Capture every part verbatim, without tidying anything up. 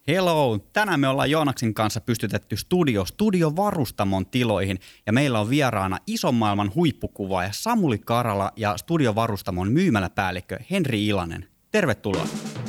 Hello! Tänään me ollaan Joonaksen kanssa pystytetty studio Studiovarustamon tiloihin ja meillä on vieraana ison maailman huippukuvaaja Samuli Karala ja Studiovarustamon myymäläpäällikkö Henri Ilanen. Tervetuloa!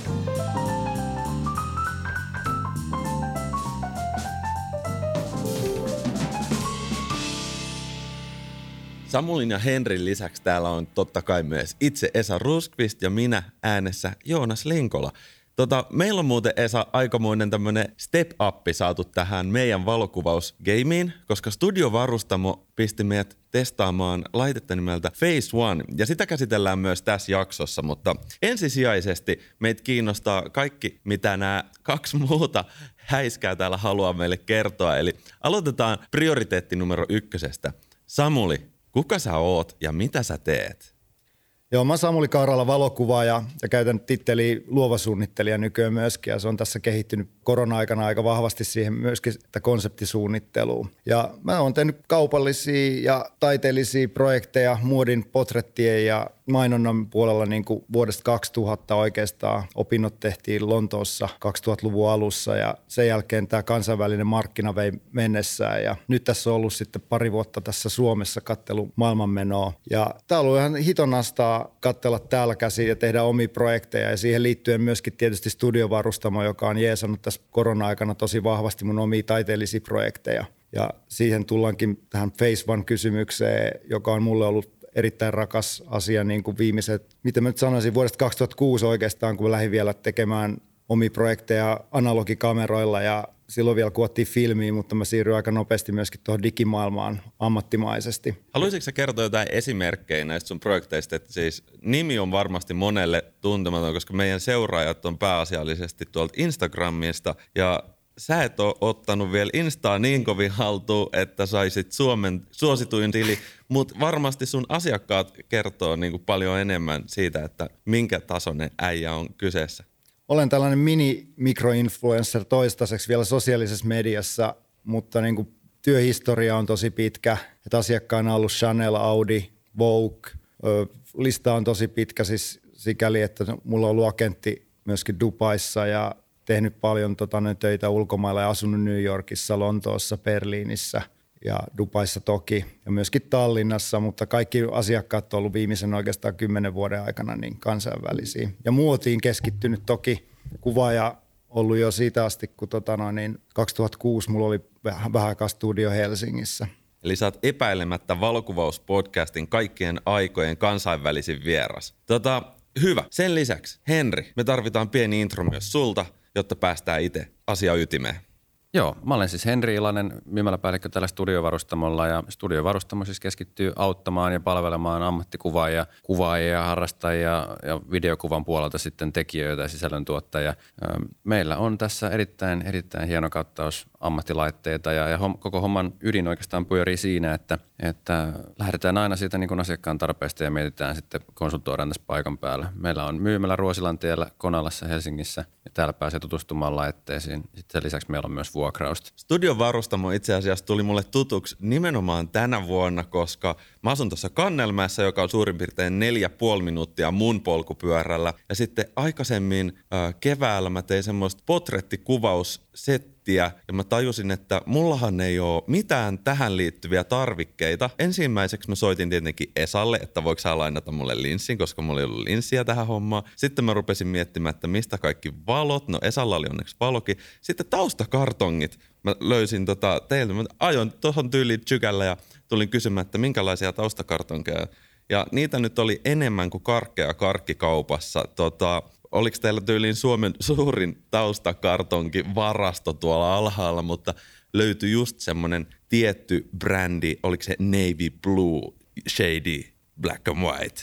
Samulin ja Henrin lisäksi täällä on totta kai myös itse Esa Ruskvist ja minä äänessä Joonas Linkola. Tota, meillä on muuten Esa aikamoinen tämmönen step-appi saatu tähän meidän valokuvausgameen, koska Studiovarustamo pisti meidät testaamaan laitetta nimeltä Phase One, ja sitä käsitellään myös tässä jaksossa, mutta ensisijaisesti meitä kiinnostaa kaikki, mitä nämä kaksi muuta häiskää täällä haluaa meille kertoa, eli aloitetaan prioriteetti numero ykkösestä. Samuli, kuka sä oot ja mitä sä teet? Joo, mä oon Samuli Karala, valokuvaaja ja käytän titteliä luova suunnittelija nykyään myöskin. Ja se on tässä kehittynyt korona-aikana aika vahvasti siihen myöskin että konseptisuunnitteluun. Ja mä oon tehnyt kaupallisia ja taiteellisia projekteja muodin, potrettien ja mainonnan puolella niin kuin vuodesta kaksituhatta oikeastaan. Opinnot tehtiin Lontoossa kaksituhattaluvun alussa ja sen jälkeen tämä kansainvälinen markkina vei mennessään. Ja nyt tässä on ollut sitten pari vuotta tässä Suomessa kattelu maailmanmenoa. Ja tää on ollut ihan hitonasta katsella täällä käsin ja tehdä omia projekteja ja siihen liittyen myöskin tietysti Studiovarustamo, joka on jeesannut tässä korona-aikana tosi vahvasti mun omia taiteellisia projekteja. Ja siihen tullaankin tähän Phase One -kysymykseen, joka on mulle ollut erittäin rakas asia niin kuin viimeiset, mitä mä nyt sanoisin, vuodesta kaksituhattakuusi oikeastaan, kun mä lähdin vielä tekemään omia projekteja analogikameroilla ja silloin vielä kuvattiin filmiä, mutta mä siirryin aika nopeasti myöskin tuohon digimaailmaan ammattimaisesti. Haluaisitko sä kertoa jotain esimerkkejä näistä sun projekteista? Että siis nimi on varmasti monelle tuntematon, koska meidän seuraajat on pääasiallisesti tuolta Instagramista ja sä et ole ottanut vielä Instaa niin kovin haltuun, että saisit Suomen suosituin tili, mutta varmasti sun asiakkaat kertoo niin kuin paljon enemmän siitä, että minkä tasoinen äijä on kyseessä. Olen tällainen mini-mikroinfluencer toistaiseksi vielä sosiaalisessa mediassa, mutta niin kuin työhistoria on tosi pitkä. Että asiakkaana on ollut Chanel, Audi, Vogue. Lista on tosi pitkä siis sikäli, että mulla on ollut agentti myöskin Dubaissa ja tehnyt paljon tota, töitä ulkomailla ja asunut New Yorkissa, Lontoossa, Berliinissä ja Dubaissa toki ja myöskin Tallinnassa, mutta kaikki asiakkaat on ollut viimeisen oikeastaan kymmenen vuoden aikana niin kansainvälisiä. Ja muotiin keskittynyt toki kuvaaja ollut jo siitä asti, kun tota, no, niin kaksituhattakuusi mulla oli vähän, vähän aikaa studio Helsingissä. Eli sä oot epäilemättä valokuvauspodcastin kaikkien aikojen kansainvälisin vieras. Tota, hyvä. Sen lisäksi, Henri, me tarvitaan pieni intro myös sulta, jotta päästään itse asian ytimeen. Joo, mä olen siis Henri Ilanen, myymäläpäällikkö tällä Studiovarustamolla ja Studiovarustamo siis keskittyy auttamaan ja palvelemaan ammattikuvaajia, kuvaajia, harrastajia ja videokuvan puolelta sitten tekijöitä ja sisällöntuottajia. Meillä on tässä erittäin, erittäin hieno kattaus ammattilaitteita ja, ja hom, koko homman ydin oikeastaan pyörii siinä, että, että lähdetään aina siitä niin kuin asiakkaan tarpeesta ja mietitään sitten, konsultoidaan tässä paikan päällä. Meillä on myymälä Ruosilantiellä, Konalassa, Helsingissä ja täällä pääsee tutustumaan laitteisiin. Sitten sen lisäksi meillä on myös vuokrausta. Studiovarustamo itse asiassa tuli mulle tutuksi nimenomaan tänä vuonna, koska mä asun tuossa Kannelmäessä, joka on suurin piirtein neljä puoli minuuttia mun polkupyörällä. Ja sitten aikaisemmin äh, keväällä mä tein semmoista portrettikuvaussettiä ja mä tajusin, että mullahan ei ole mitään tähän liittyviä tarvikkeita. Ensimmäiseksi mä soitin tietenkin Esalle, että voiko sä lainata mulle linssin, koska mulla ei ollut linssiä tähän hommaan. Sitten mä rupesin miettimään, että mistä kaikki valot. No Esalla oli onneksi valokin. Sitten taustakartongit. Mä löysin tota teiltä. Mä ajoin tuohon tyyliin Tsykällä ja tulin kysymään, että minkälaisia taustakartonkeja. Ja niitä nyt oli enemmän kuin karkkeja karkkikaupassa. Tota, oliko teillä tyyliin Suomen suurin taustakartonki varasto tuolla alhaalla, mutta löytyi just semmoinen tietty brändi, oliko se Navy Blue Shady Black and White.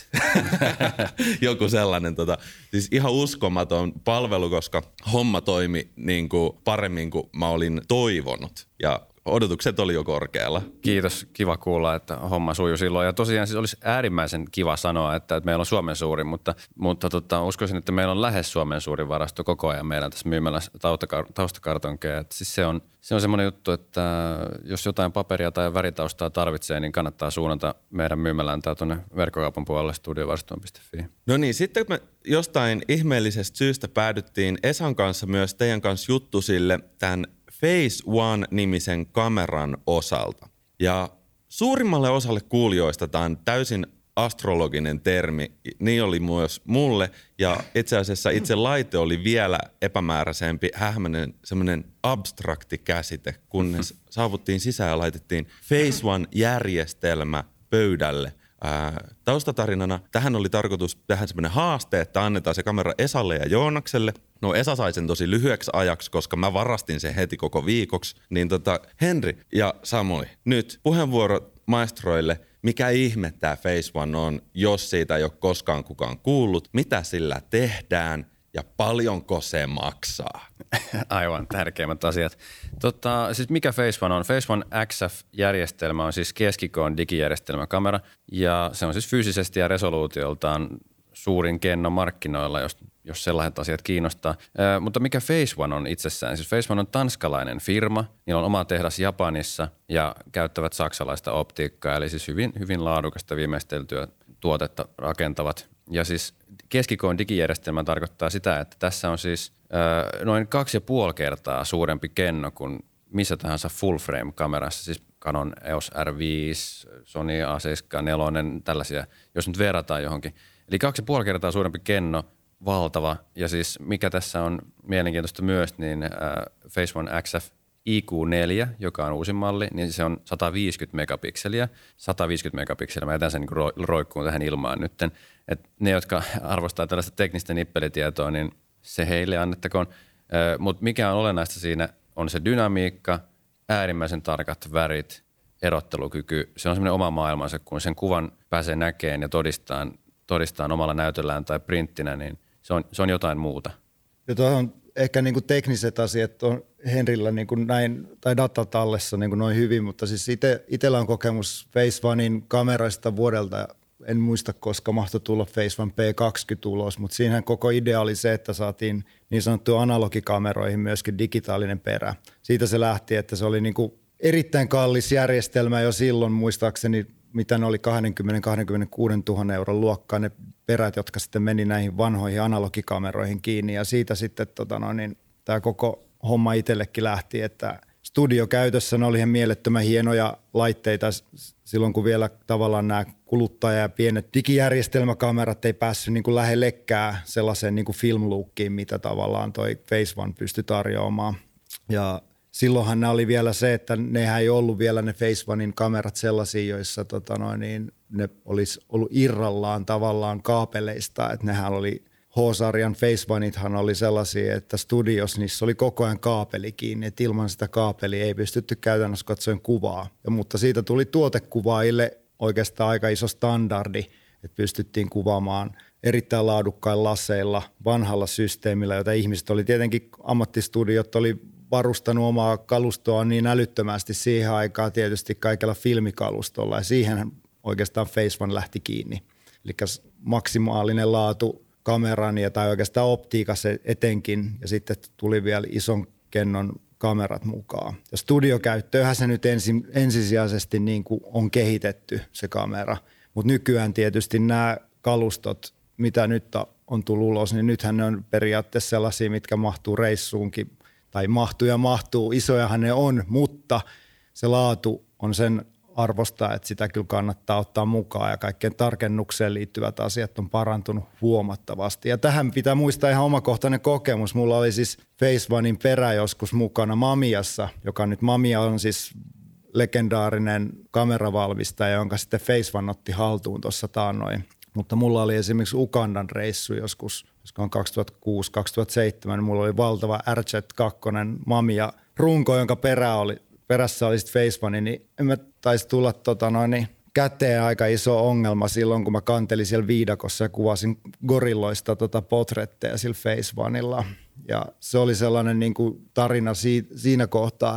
Joku sellainen, tota, siis ihan uskomaton palvelu, koska homma toimi niin kuin paremmin kuin mä olin toivonut. Ja odotukset oli jo korkealla. Kiitos, kiva kuulla, että homma sujuu silloin. Ja tosiaan siis olisi äärimmäisen kiva sanoa, että, että meillä on Suomen suurin, mutta, mutta tota, uskoisin, että meillä on lähes Suomen suurin varasto koko ajan meidän tässä myymällä taustakartonkeja. Että siis se on, se on semmoinen juttu, että jos jotain paperia tai väritaustaa tarvitsee, niin kannattaa suunnata meidän myymälään tai tuonne verkkokaupan puolelle studiovarastoon piste fi. No niin, sitten me jostain ihmeellisestä syystä päädyttiin Esan kanssa myös teidän kanssa juttusille tämän Phase One-nimisen kameran osalta. Ja suurimmalle osalle kuulijoista tämä on täysin astrologinen termi. Niin oli myös mulle. Ja itse asiassa itse laite oli vielä epämääräisempi, hähmäinen, semmoinen abstrakti käsite, kunnes saavuttiin sisään ja laitettiin Phase One-järjestelmä pöydälle. Ää, taustatarinana tähän oli tarkoitus tehdä semmoinen haaste, että annetaan se kamera Esalle ja Joonakselle. No Esa sai sen tosi lyhyeksi ajaksi, koska mä varastin sen heti koko viikoksi. Niin tota, Henri ja Samuli, nyt puheenvuoro maestroille. Mikä ihme tää Phase One on, jos siitä ei ole koskaan kukaan kuullut? Mitä sillä tehdään ja paljonko se maksaa? Aivan tärkeimmät asiat. Tota, siis mikä Phase One on? Phase One X F-järjestelmä on siis keskikoon digijärjestelmäkamera ja se on siis fyysisesti ja resoluutioltaan suurin kenno markkinoilla, jos, jos sellaiset asiat kiinnostaa. Ö, mutta mikä Phase One on itsessään? Siis Phase One on tanskalainen firma. Niillä on oma tehdas Japanissa ja käyttävät saksalaista optiikkaa, eli siis hyvin, hyvin laadukasta viimeisteltyä tuotetta rakentavat. Ja siis keskikoon digijärjestelmä tarkoittaa sitä, että tässä on siis ö, noin kaksi ja puoli kertaa suurempi kenno kuin missä tahansa full frame kamerassa, siis Canon E O S R viisi, Sony A seitsemän neljä, tällaisia, jos nyt verrataan johonkin. Eli kaksi ja puoli kertaa suurempi kenno, valtava. Ja siis mikä tässä on mielenkiintoista myös, niin äh, Phase One X F I Q neljä, joka on uusin malli, niin se on sata viisikymmentä megapikseliä. sata viisikymmentä megapikseliä, mä jätän sen niin ro- roikkuun tähän ilmaan nytten. Et ne, jotka arvostaa tällaista teknistä nippelitietoa, niin se heille annettakoon. Äh, Mutta mikä on olennaista siinä, on se dynamiikka, äärimmäisen tarkat värit, erottelukyky. Se on semmoinen oma maailmansa, kun sen kuvan pääsee näkemään ja todistamaan todistaan omalla näytöllään tai printtinä, niin se on, se on jotain muuta. Ja tuohon ehkä niin kuin tekniset asiat on Henrillä niin kuin näin, tai datatallessa niin kuin noin hyvin, mutta siis ite, itsellä on kokemus Phase Onein kamerasta vuodelta, en muista koska mahtoi tulla Phase One P kaksikymmentä ulos, mutta siinähän koko idea oli se, että saatiin niin sanottuja analogikameroihin myöskin digitaalinen perä. Siitä se lähti, että se oli niin kuin erittäin kallis järjestelmä jo silloin, muistaakseni mitä ne oli kaksikymmentä kaksikymmentäkuusi tuhatta euron luokkaa ne perät, jotka sitten meni näihin vanhoihin analogikameroihin kiinni. Ja siitä sitten tota no, niin, tämä koko homma itsellekin lähti, että studiokäytössä ne oli ihan mielettömän hienoja laitteita silloin, kun vielä tavallaan nämä kuluttaja- ja pienet digijärjestelmäkamerat ei päässyt niin kuin lähellekään sellaiseen niin kuin filmluukkiin, mitä tavallaan toi Phase One pystyi tarjoamaan. Ja silloinhan ne oli vielä se, että nehän ei ollut vielä ne Phase Onein kamerat sellaisia, joissa tota noin, niin ne olisi ollut irrallaan tavallaan kaapeleista. Että nehän oli H-sarjan Phase Oneithan oli sellaisia, että studios niissä oli koko ajan kaapeli kiinni, että ilman sitä kaapelia ei pystytty käytännössä katsoen kuvaa. Ja, mutta siitä tuli tuotekuvaajille oikeastaan aika iso standardi, että pystyttiin kuvaamaan erittäin laadukkailla laseilla, vanhalla systeemillä, jota ihmiset oli tietenkin, ammattistudiot oli varustanut omaa kalustoa niin älyttömästi siihen aikaan tietysti kaikella filmikalustolla ja siihen oikeastaan Phase One lähti kiinni. Eli maksimaalinen laatu kameran ja tai oikeastaan optiikassa etenkin ja sitten tuli vielä ison kennon kamerat mukaan. Ja studiokäyttöönhän se nyt ensin, ensisijaisesti niin kuin on kehitetty se kamera, mutta nykyään tietysti nämä kalustot, mitä nyt on tullut ulos, niin nythän ne on periaatteessa sellaisia, mitkä mahtuu reissuunkin tai mahtuu ja mahtuu, isojahan ne on, mutta se laatu on sen arvosta, että sitä kyllä kannattaa ottaa mukaan ja kaikkeen tarkennukseen liittyvät asiat on parantunut huomattavasti. Ja tähän pitää muistaa ihan omakohtainen kokemus. Mulla oli siis Phase Onein perä joskus mukana Mamiassa, joka nyt Mamia on siis legendaarinen kameravalmistaja, jonka sitten Phase One otti haltuun tuossa taannoin. Mutta mulla oli esimerkiksi Ugandan reissu joskus, koska on kaksituhattakuusi kaksituhattaseitsemän, mulla oli valtava R Z kaksi Mamiya runko, jonka perä oli, perässä oli sitten Phase One, niin en mä taisi tulla tota noin, niin käteen aika iso ongelma silloin, kun mä kantelin siellä viidakossa ja kuvasin gorilloista tota potretteja sillä Phase Onella. Ja se oli sellainen niin kuin tarina si- siinä kohtaa, että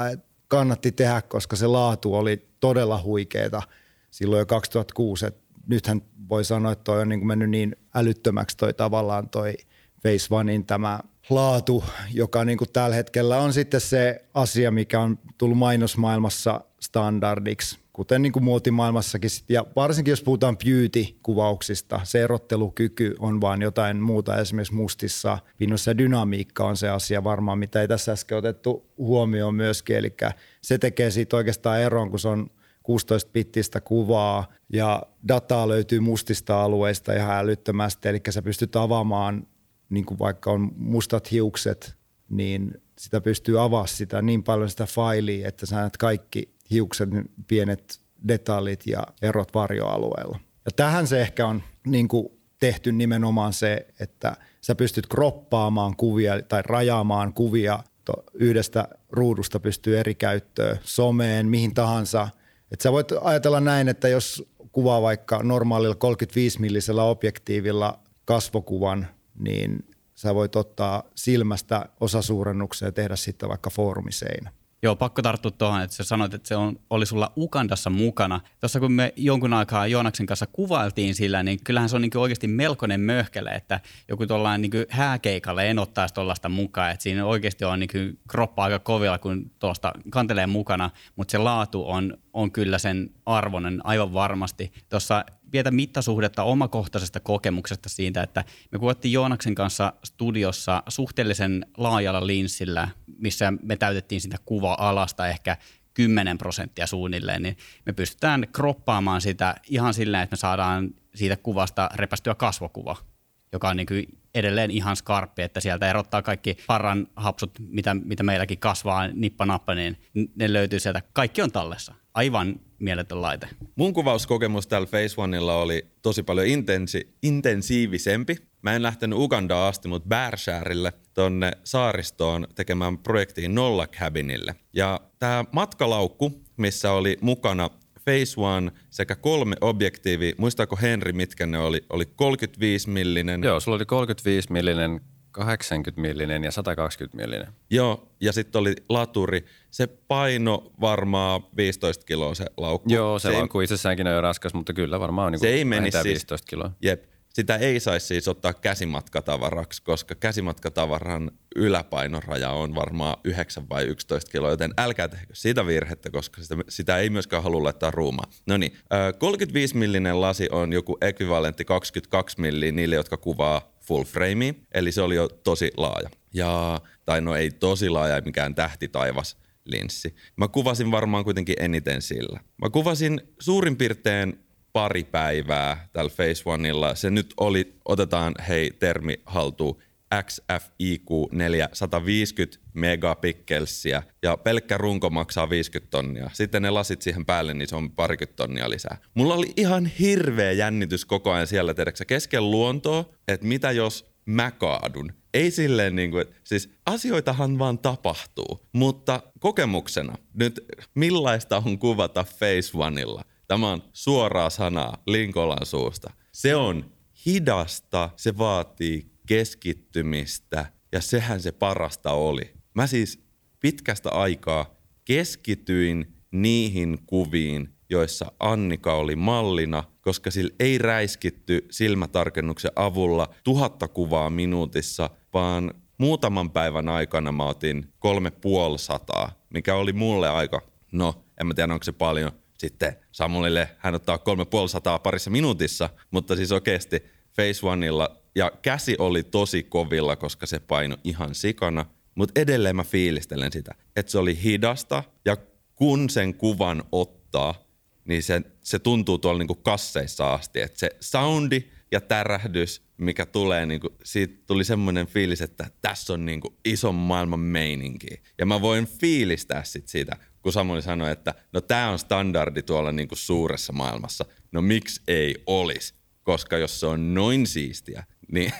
kannatti tehdä, koska se laatu oli todella huikeeta silloin jo kaksituhattakuusi. Et nythän voi sanoa, että toi on niin kuin mennyt niin älyttömäksi toi tavallaan toi Phase Onein tämä laatu, joka niin kuin tällä hetkellä on sitten se asia, mikä on tullut mainosmaailmassa standardiksi, kuten niin kuin muotimaailmassakin. Ja varsinkin jos puhutaan beauty-kuvauksista, se erottelukyky on vaan jotain muuta. Esimerkiksi mustissa pinnoissa dynamiikka on se asia varmaan, mitä ei tässä äsken otettu huomioon myöskin. Eli se tekee siitä oikeastaan eron, kun se on kuusitoista bittistä kuvaa ja dataa löytyy mustista alueista ihan älyttömästi. Eli sä pystyt avaamaan, niin kuin vaikka on mustat hiukset, niin sitä pystyy avaamaan sitä niin paljon sitä failia, että sä näet kaikki hiukset, pienet detaljit ja erot varjoalueella. Ja tähän se ehkä on niin kuin tehty nimenomaan se, että sä pystyt kroppaamaan kuvia tai rajaamaan kuvia yhdestä ruudusta pystyy eri käyttöön, someen, mihin tahansa. Että sä voit ajatella näin, että jos kuvaa vaikka normaalilla kolmekymmentäviisi millisellä objektiivilla kasvokuvan, niin sä voit ottaa silmästä osasuurennuksen ja tehdä sitten vaikka foorumiseinä. Joo, pakko tarttua tuohon, että sä sanoit, että se on, oli sulla Ugandassa mukana. Tuossa kun me jonkun aikaa Joonaksen kanssa kuvailtiin sillä, niin kyllähän se on niin oikeasti melkoinen möhkele, että joku tuollainen niin hääkeikalle en ottaisi tuollaista mukaan. Että siinä oikeasti on niin kroppa aika kovilla, kun tuosta kantelee mukana, mutta se laatu on, on kyllä sen arvoinen aivan varmasti. Tuossa vietä mittasuhdetta omakohtaisesta kokemuksesta siitä, että me kuvattiin Joonaksen kanssa studiossa suhteellisen laajalla linssillä, missä me täytettiin sitä kuva-alasta ehkä kymmenen prosenttia suunnilleen, niin me pystytään kroppaamaan sitä ihan silleen, että me saadaan siitä kuvasta repästyä kasvokuva, joka on niin kuin edelleen ihan skarppi, että sieltä erottaa kaikki parran hapsut, mitä, mitä meilläkin kasvaa nippa-nappa, niin ne löytyy sieltä. Kaikki on tallessa. Aivan mieletön laite. Mun kuvauskokemus tällä Phase Onella oli tosi paljon intensi- intensiivisempi. Mä en lähtenyt Ugandaan asti, mutta Bärshärille tonne saaristoon tekemään projektiin Nolla Cabinille. Ja tää matkalaukku, missä oli mukana Phase One sekä kolme objektiivia, muistaako Henri, mitkä ne oli? Oli kolmekymmentäviisi millinen. Joo, sulla oli kolmekymmentäviisi millinen, kahdeksankymmentä millinen ja sata kaksikymmentä millinen. Joo, ja sitten oli laturi. Se paino varmaan viisitoista kiloa se laukku. Joo, se, se laukku itsessäänkin on jo raskas, mutta kyllä varmaan on niin se ei meni siis, viisitoista kiloa. Jep. Sitä ei saisi siis ottaa käsimatkatavaraksi, koska käsimatkatavaran yläpainoraja on varmaan yhdeksän vai yksitoista kiloa, joten älkää tehkö sitä virhettä, koska sitä, sitä ei myöskään halua laittaa ruumaan. No niin, kolmekymmentäviisi millinen lasi on joku ekvivalentti kaksikymmentäkaksi milliä niille, jotka kuvaa full framea, eli se oli jo tosi laaja. Ja, tai no ei tosi laaja, mikään tähtitaivas linssi. Mä kuvasin varmaan kuitenkin eniten sillä. Mä kuvasin suurin piirtein pari päivää tällä Phase Onella. Se nyt oli, otetaan hei termi haltuun, X F I Q neljä sata viisikymmentä megapikkelsiä ja pelkkä runko maksaa viisikymmentä tonnia. Sitten ne lasit siihen päälle, niin se on parikymmentä tonnia lisää. Mulla oli ihan hirveä jännitys koko ajan siellä, tiedätkö, kesken luontoa, että mitä jos mä kaadun. Ei silleen niin kuin, siis asioitahan vaan tapahtuu, mutta kokemuksena nyt millaista on kuvata Phase Onella? Tämä on suoraa sanaa Linkolan suusta. Se on hidasta, se vaatii keskittymistä ja sehän se parasta oli. Mä siis pitkästä aikaa keskityin niihin kuviin, joissa Annika oli mallina, koska sillä ei räiskitty silmätarkennuksen avulla tuhatta kuvaa minuutissa, vaan muutaman päivän aikana mä otin kolme puoli sataa, mikä oli mulle aika, no en mä tiedä onko se paljon. Sitten Samulille hän ottaa kolme puoli sataa parissa minuutissa, mutta siis oikeasti Phase Onella ja käsi oli tosi kovilla, koska se paino ihan sikana. Mutta edelleen mä fiilistelen sitä, että se oli hidasta ja kun sen kuvan ottaa, niin se, se tuntuu tuolla niinku kasseissa asti. Että se soundi ja tärähdys, mikä tulee, niinku, siitä tuli semmoinen fiilis, että tässä on niinku ison maailman meininki. Ja mä voin fiilistää sit siitä, kun Samuli sanoi, että no tää on standardi tuolla niinku suuressa maailmassa. No miksi ei olisi? Koska jos se on noin siistiä, niin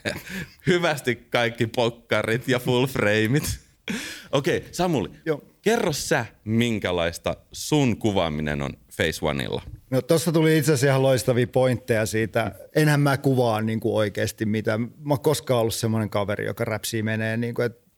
hyvästi kaikki pokkarit ja full frameit. Okei, okay, Samuli, Joo. kerro sä, minkälaista sun kuvaaminen on Phase Onella? No tossa tuli itse asiassa ihan loistavia pointteja siitä. Enhän mä kuvaa niin kuin oikeasti mitään. Mä oon koskaan ollut semmoinen kaveri, joka räpsii menee niin kuin, että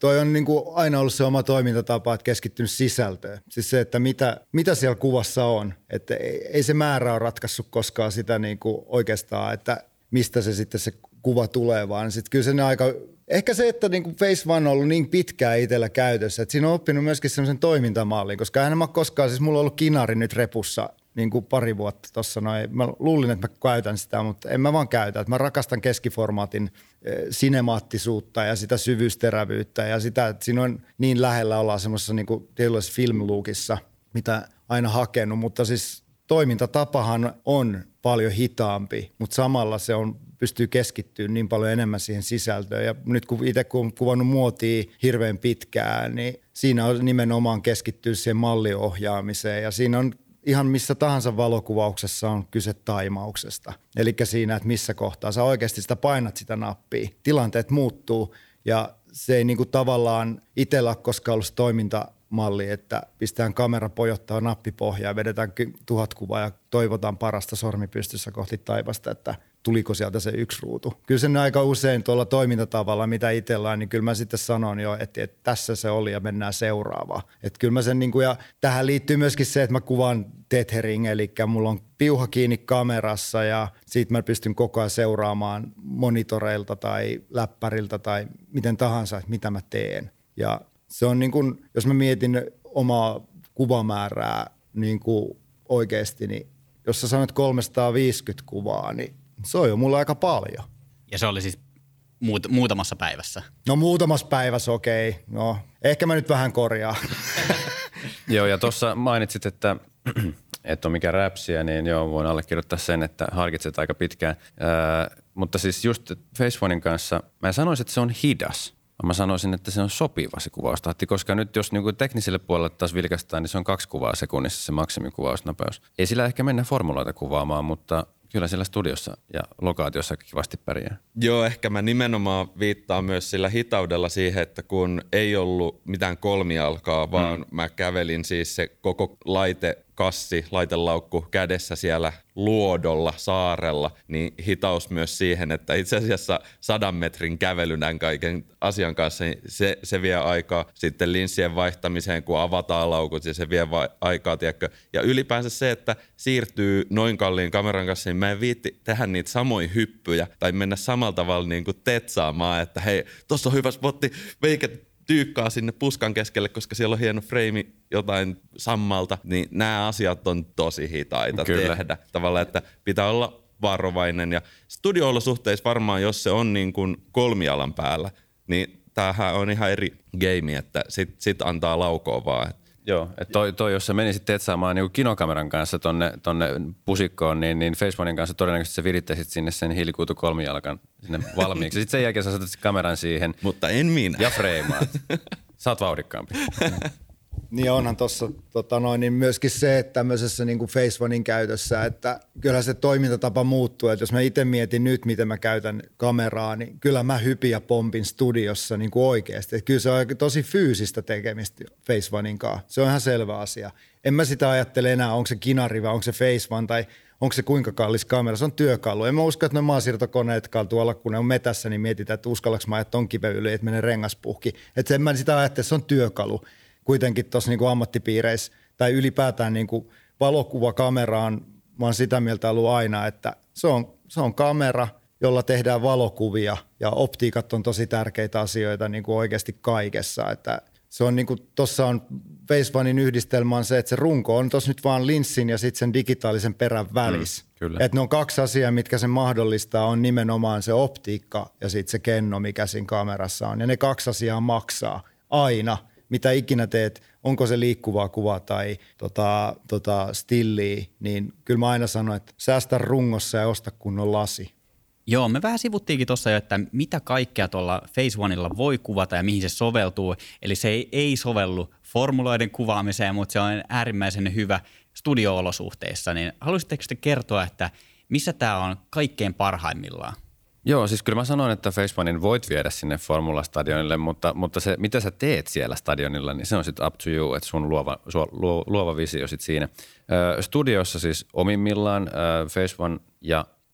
toi on niin kuin aina ollut se oma toimintatapa, että keskittynyt sisältöön. Siis se, että mitä, mitä siellä kuvassa on. Että ei, ei se määrä ole ratkaissut koskaan sitä niin kuin oikeastaan, että mistä se sitten se kuva tulee, vaan sitten kyllä se aika... Ehkä se, että niin kuin Face One on ollut niin pitkään itsellä käytössä, että siinä on oppinut myöskin semmoisen toimintamallin, koska eihän mä koskaan, siis mulla on ollut kinari nyt repussa niin kuin pari vuotta tuossa noin. Mä luulin, että mä käytän sitä, mutta en mä vaan käytä. Että mä rakastan keskiformaatin sinemaattisuutta ja sitä syvyysterävyyttä ja sitä, että siinä on niin lähellä ollaan semmoisessa niin kuin tietynlaisessa filmlookissa, mitä aina hakenut, mutta siis toimintatapahan on paljon hitaampi, mutta samalla se on pystyy keskittymään niin paljon enemmän siihen sisältöön. Ja nyt kun itse kun on kuvannut muotia hirveän pitkään, niin siinä on nimenomaan keskittyä siihen malliohjaamiseen. Ja siinä on ihan missä tahansa valokuvauksessa on kyse taimauksesta. Eli siinä, että missä kohtaa sä oikeasti sitä painat sitä nappia. Tilanteet muuttuu ja se ei niinku tavallaan itsellä ole koskaan ollut toimintamalli, että pistetään kamera pojottaa nappipohjaa ja vedetään tuhat kuvaa ja toivotaan parasta sormipystyssä kohti taivasta, että tuliko sieltä se yksi ruutu. Kyllä sen aika usein tuolla toimintatavalla, mitä itsellä on, niin kyllä mä sitten sanon jo, että, että tässä se oli ja mennään seuraavaan. Että kyllä mä sen niin kuin, ja tähän liittyy myöskin se, että mä kuvaan tethering, eli mulla on piuha kiinni kamerassa ja siitä mä pystyn koko ajan seuraamaan monitoreilta tai läppäriltä tai miten tahansa, että mitä mä teen. Ja se on niin kuin, jos mä mietin omaa kuvamäärää niin kuin oikeasti, niin jos sä sanot kolmesataaviisikymmentä kuvaa, niin se on jo mulla aika paljon. Ja se oli siis muut, muutamassa päivässä? No muutamassa päivässä, okei. Okay. No ehkä mä nyt vähän korjaan. Joo, ja tuossa mainitsit, että et ole mikään räpsiä, niin joo, voin allekirjoittaa sen, että harkitset aika pitkään. Äh, mutta siis just Face Onein kanssa, mä sanoisin, että se on hidas. Mä sanoisin, että se on sopiva se kuvaustahti, koska nyt jos niinku tekniselle puolelle taas vilkaistaan, niin se on kaksi kuvaa sekunnissa se maksimikuvausnopeus. Ei sillä ehkä mennä formuloita kuvaamaan, mutta kyllä siellä studiossa ja lokaatiossa kivasti pärjää. Joo, ehkä mä nimenomaan viittaan myös sillä hitaudella siihen, että kun ei ollut mitään kolmijalkaa, vaan mm. mä kävelin siis se koko laite, kassi, laitelaukku kädessä siellä luodolla, saarella, niin hitaus myös siihen, että itse asiassa sadan metrin kävely näin kaiken asian kanssa, niin se, se vie aikaa sitten linssien vaihtamiseen, kun avataan laukut ja se vie va- aikaa, tiedätkö. Ja ylipäänsä se, että siirtyy noin kalliin kameran kanssa, niin mä en viitti tehdä niitä samoja hyppyjä tai mennä samalla tavalla niin kuin tetsaamaan, että hei, tossa on hyvä spotti, veikä tyykkaa sinne puskan keskelle, koska siellä on hieno freimi jotain sammalta, niin nämä asiat on tosi hitaita Kyllä. tehdä. Tavallaan, että pitää olla varovainen ja studio-olosuhteissa varmaan, jos se on niin kuin kolmialan päällä, niin tämähän on ihan eri game, että sit, sit antaa laukoa vaan. Joo, että toi, toi, jos sä menisit tetsaamaan niin kinokameran kanssa tonne, tonne pusikkoon, niin, niin Face Onein kanssa todennäköisesti sä virittäisit sinne sen hiilikuutu kolmijalkan sinne valmiiksi. Sitten sen jälkeen sä saatat kameran siihen. Mutta en minä. Ja freimaat. Sä oot vauhdikkaampi. Niin onhan tuossa tota noin, niin myöskin se, että tämmöisessä niin kuin Face Onein käytössä, että kyllä se toimintatapa muuttuu. Että jos mä itse mietin nyt, miten mä käytän kameraa, niin kyllä mä hypin ja pompin studiossa niin kuin oikeasti. Että kyllä se on tosi fyysistä tekemistä Face Onein kanssa. Se on ihan selvä asia. En mä sitä ajattele enää, onko se kinari vai onko se Face One tai onko se kuinka kallis kamera. Se on työkalu. En mä usko, että ne maasiirtokoneetkaan tuolla, kun ne on metässä, niin mietitään, että uskallaks mä ajaa ton kiven yli, että menee rengas puhki. Että en mä sitä ajattele, se on työkalu. Kuitenkin tuossa niinku ammattipiireissä tai ylipäätään niinku valokuvakameraan, mä oon sitä mieltä ollut aina, että se on, se on kamera, jolla tehdään valokuvia ja optiikat on tosi tärkeitä asioita niinku oikeasti kaikessa. Että se on niinku, tuossa on Face Onein yhdistelmä on se, että se runko on tuossa nyt vaan linssin ja sitten sen digitaalisen perän välissä. Mm, että ne on kaksi asiaa, mitkä sen mahdollistaa, on nimenomaan se optiikka ja sitten se kenno, mikä siinä kamerassa on. Ja ne kaksi asiaa maksaa aina. Mitä ikinä teet, onko se liikkuvaa kuvaa tai tota, tota stilliä, niin kyllä mä aina sanon, että säästä rungossa ja osta kunnon lasi. Joo, me vähän sivuttiinkin tuossa jo, että mitä kaikkea tuolla Face Oneilla voi kuvata ja mihin se soveltuu. Eli se ei, ei sovellu formuloiden kuvaamiseen, mutta se on äärimmäisen hyvä studio-olosuhteissa. Niin haluaisitteko te kertoa, että missä tämä on kaikkein parhaimmillaan? Joo, siis kyllä mä sanoin, että Face Onein voit viedä sinne Formula-stadionille, mutta, mutta se, mitä sä teet siellä stadionilla, niin se on sitten up to you, että sun luova, su, luova visio sitten siinä. Ö, studiossa siis omimmillaan ö, Face One ja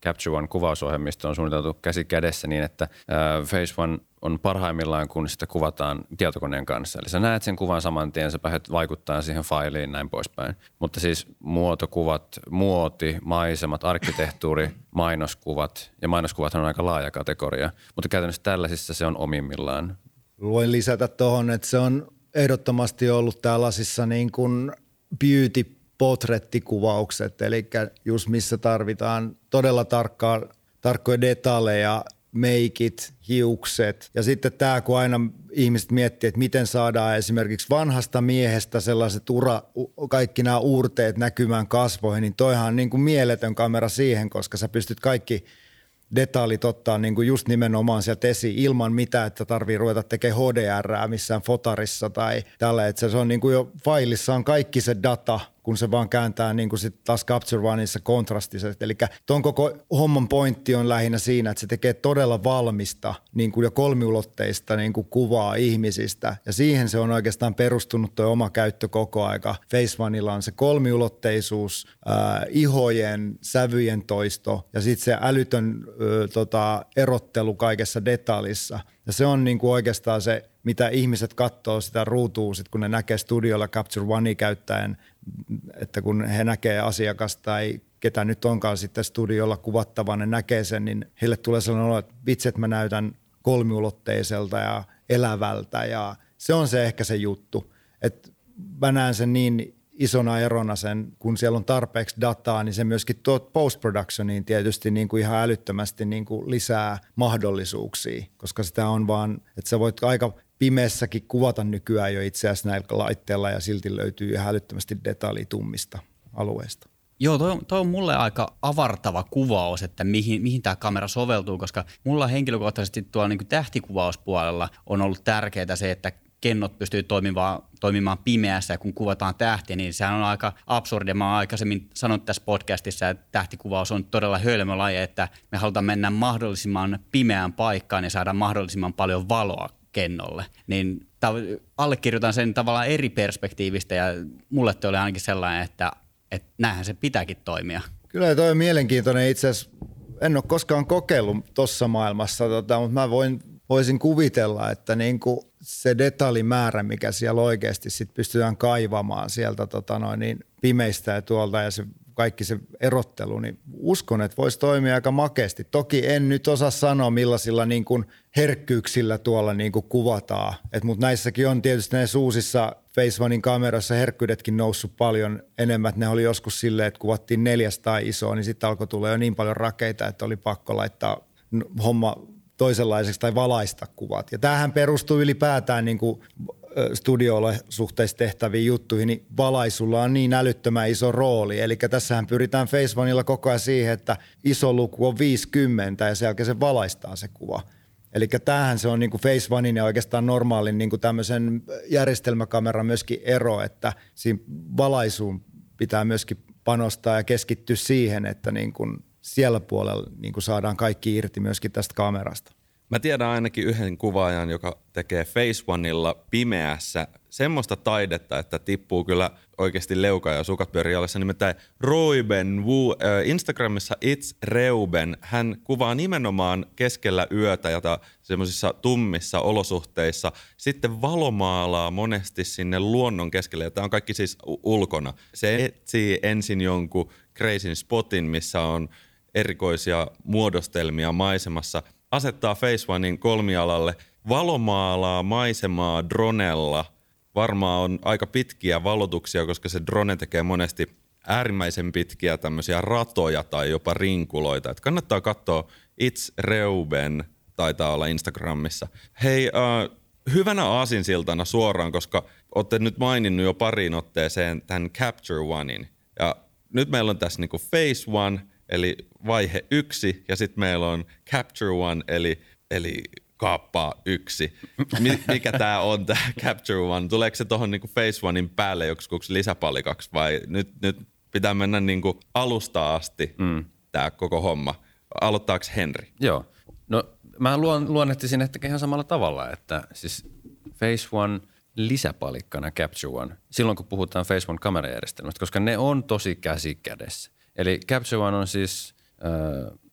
Capture One -kuvausohjelmisto on suunniteltu käsi kädessä niin, että ää, Phase One on parhaimmillaan, kun sitä kuvataan tietokoneen kanssa. Eli sä näet sen kuvan saman tien, sä pääset vaikuttaa siihen failiin näin poispäin. Mutta siis muotokuvat, muoti, maisemat, arkkitehtuuri, mainoskuvat ja mainoskuvat on aika laaja kategoria. Mutta käytännössä tällaisissa se on omimmillaan. Voin lisätä tuohon, että se on ehdottomasti ollut tällaisissa niin kuin beauty portrettikuvaukset, eli just missä tarvitaan todella tarkkaa, tarkkoja detaljeja, meikit, hiukset. Ja sitten tämä, kun aina ihmiset miettii, että miten saadaan esimerkiksi vanhasta miehestä sellaiset ura, kaikki nämä uurteet näkymään kasvoihin, niin toihan on niin kuin mieletön kamera siihen, koska sä pystyt kaikki detailit ottaa niin kuin just nimenomaan sieltä esiin ilman mitään, että tarvii ruveta tekemään H D R:ää missään fotarissa tai tällä, että se on niin kuin jo failissa on kaikki se data, kun se vaan kääntää niin kuin sit taas Capture Oneissa kontrastisesti. Eli ton koko homman pointti on lähinnä siinä, että se tekee todella valmista niin kuin jo kolmiulotteista niin kuin kuvaa ihmisistä. Ja siihen se on oikeastaan perustunut tuo oma käyttö koko aika. Phase Onella on se kolmiulotteisuus, ää, ihojen, sävyjen toisto ja sitten se älytön ö, tota, erottelu kaikessa detailissa. Ja se on niin kuin oikeastaan se, mitä ihmiset katsoo sitä ruutua, sit kun ne näkee studiolla Capture Onea käyttäen, että kun he näkee asiakasta tai ketä nyt onkaan sitten studiolla kuvattava, ne näkee sen, niin heille tulee sellainen olo, että vitsi, että mä näytän kolmiulotteiselta ja elävältä ja se on se ehkä se juttu. Että mä näen sen niin isona erona sen, kun siellä on tarpeeksi dataa, niin se myöskin tuo post-productioniin tietysti niin kuin ihan älyttömästi niin kuin lisää mahdollisuuksia, koska sitä on vaan, että sä voit aika pimeässäkin kuvata nykyään jo itse asiassa näillä laitteilla ja silti löytyy ihan älyttömästi detailia tummista alueista. Joo, toi on, toi on mulle aika avartava kuvaus, että mihin, mihin tämä kamera soveltuu, koska mulla henkilökohtaisesti tuolla niin kuin tähtikuvauspuolella on ollut tärkeää se, että kennot pystyy toimimaan, toimimaan pimeässä ja kun kuvataan tähtiä, niin sehän on aika absurdia. Mä oon aikaisemmin sanonut tässä podcastissa, että tähtikuvaus on todella hölmö laji, että me halutaan mennä mahdollisimman pimeään paikkaan ja saada mahdollisimman paljon valoa kennolle. Niin allekirjoitan sen tavallaan eri perspektiivistä ja mulle toi oli ainakin sellainen, että, että näinhän se pitääkin toimia. Kyllä toi on mielenkiintoinen itse asiassa. En ole koskaan kokeillut tuossa maailmassa, tota, mutta mä voin, voisin kuvitella, että niinku se detailimäärä, mikä siellä oikeasti sit pystytään kaivamaan sieltä tota noin, niin pimeistä ja tuolta ja se kaikki se erottelu, niin uskon, että voisi toimia aika makeasti. Toki en nyt osaa sanoa, millaisilla niin kuin herkkyyksillä tuolla niin kuin kuvataan. Mutta näissäkin on tietysti näissä uusissa Phase Onein kameroissa herkkyydetkin noussut paljon enemmän. Ne oli joskus silleen, että kuvattiin neljästä isoa, niin sitten alkoi tulla jo niin paljon rakeita, että oli pakko laittaa homma toisenlaiseksi tai valaista kuvat. Ja tämähän perustuu ylipäätään niin kuin studioille suhteessa tehtäviin juttuihin, niin valaisulla on niin älyttömän iso rooli. Eli tässähän pyritään Phase Onella koko ajan siihen, että iso luku on viisikymmentä ja sen jälkeen se valaistaa se kuva. Eli tämähän se on niin kuin Phase Onein ja oikeastaan normaalin niin kuin tämmöisen järjestelmäkameran myöskin ero, että siinä valaisuun pitää myöskin panostaa ja keskittyä siihen, että niin kuin siellä puolella niin kuin saadaan kaikki irti myöskin tästä kamerasta. Mä tiedän ainakin yhden kuvaajan, joka tekee Phase Onella pimeässä semmoista taidetta, että tippuu kyllä oikeasti leuka ja sukat pyörii jalassa. Nimittäin Reuben Wu, äh, Instagramissa It's Reuben, hän kuvaa nimenomaan keskellä yötä ja semmoisissa tummissa olosuhteissa. Sitten valomaalaa monesti sinne luonnon keskelle ja tämä on kaikki siis ulkona. Se etsii ensin jonkun crazyn spotin, missä on erikoisia muodostelmia maisemassa, asettaa Phase Onein kolmialalle, valomaalaa maisemaa dronella. Varmaan on aika pitkiä valotuksia, koska se drone tekee monesti äärimmäisen pitkiä tämmöisiä ratoja tai jopa rinkuloita. Et kannattaa katsoa It's Reuben, taitaa olla Instagramissa. Hei, äh, hyvänä aasinsiltana suoraan, koska olette nyt maininnut jo pariin otteeseen tämän Capture Onein. Ja nyt meillä on tässä niinku Phase One, eli vaihe yksi, ja sitten meillä on Capture One, eli, eli kaappaa yksi. Mikä tämä on, tämä Capture One? Tuleeko se tuohon niinku Phase Onein päälle joksikuksi lisäpalikaksi, vai nyt, nyt pitää mennä niinku alusta asti mm. tämä koko homma? Aloittaako Henri? Joo. No mä luon, luonnehtisin ehkä ihan samalla tavalla, että siis Phase One lisäpalikkana Capture One, silloin kun puhutaan Phase One kamerajärjestelmästä, koska ne on tosi käsi kädessä. Eli Capture One on siis äh,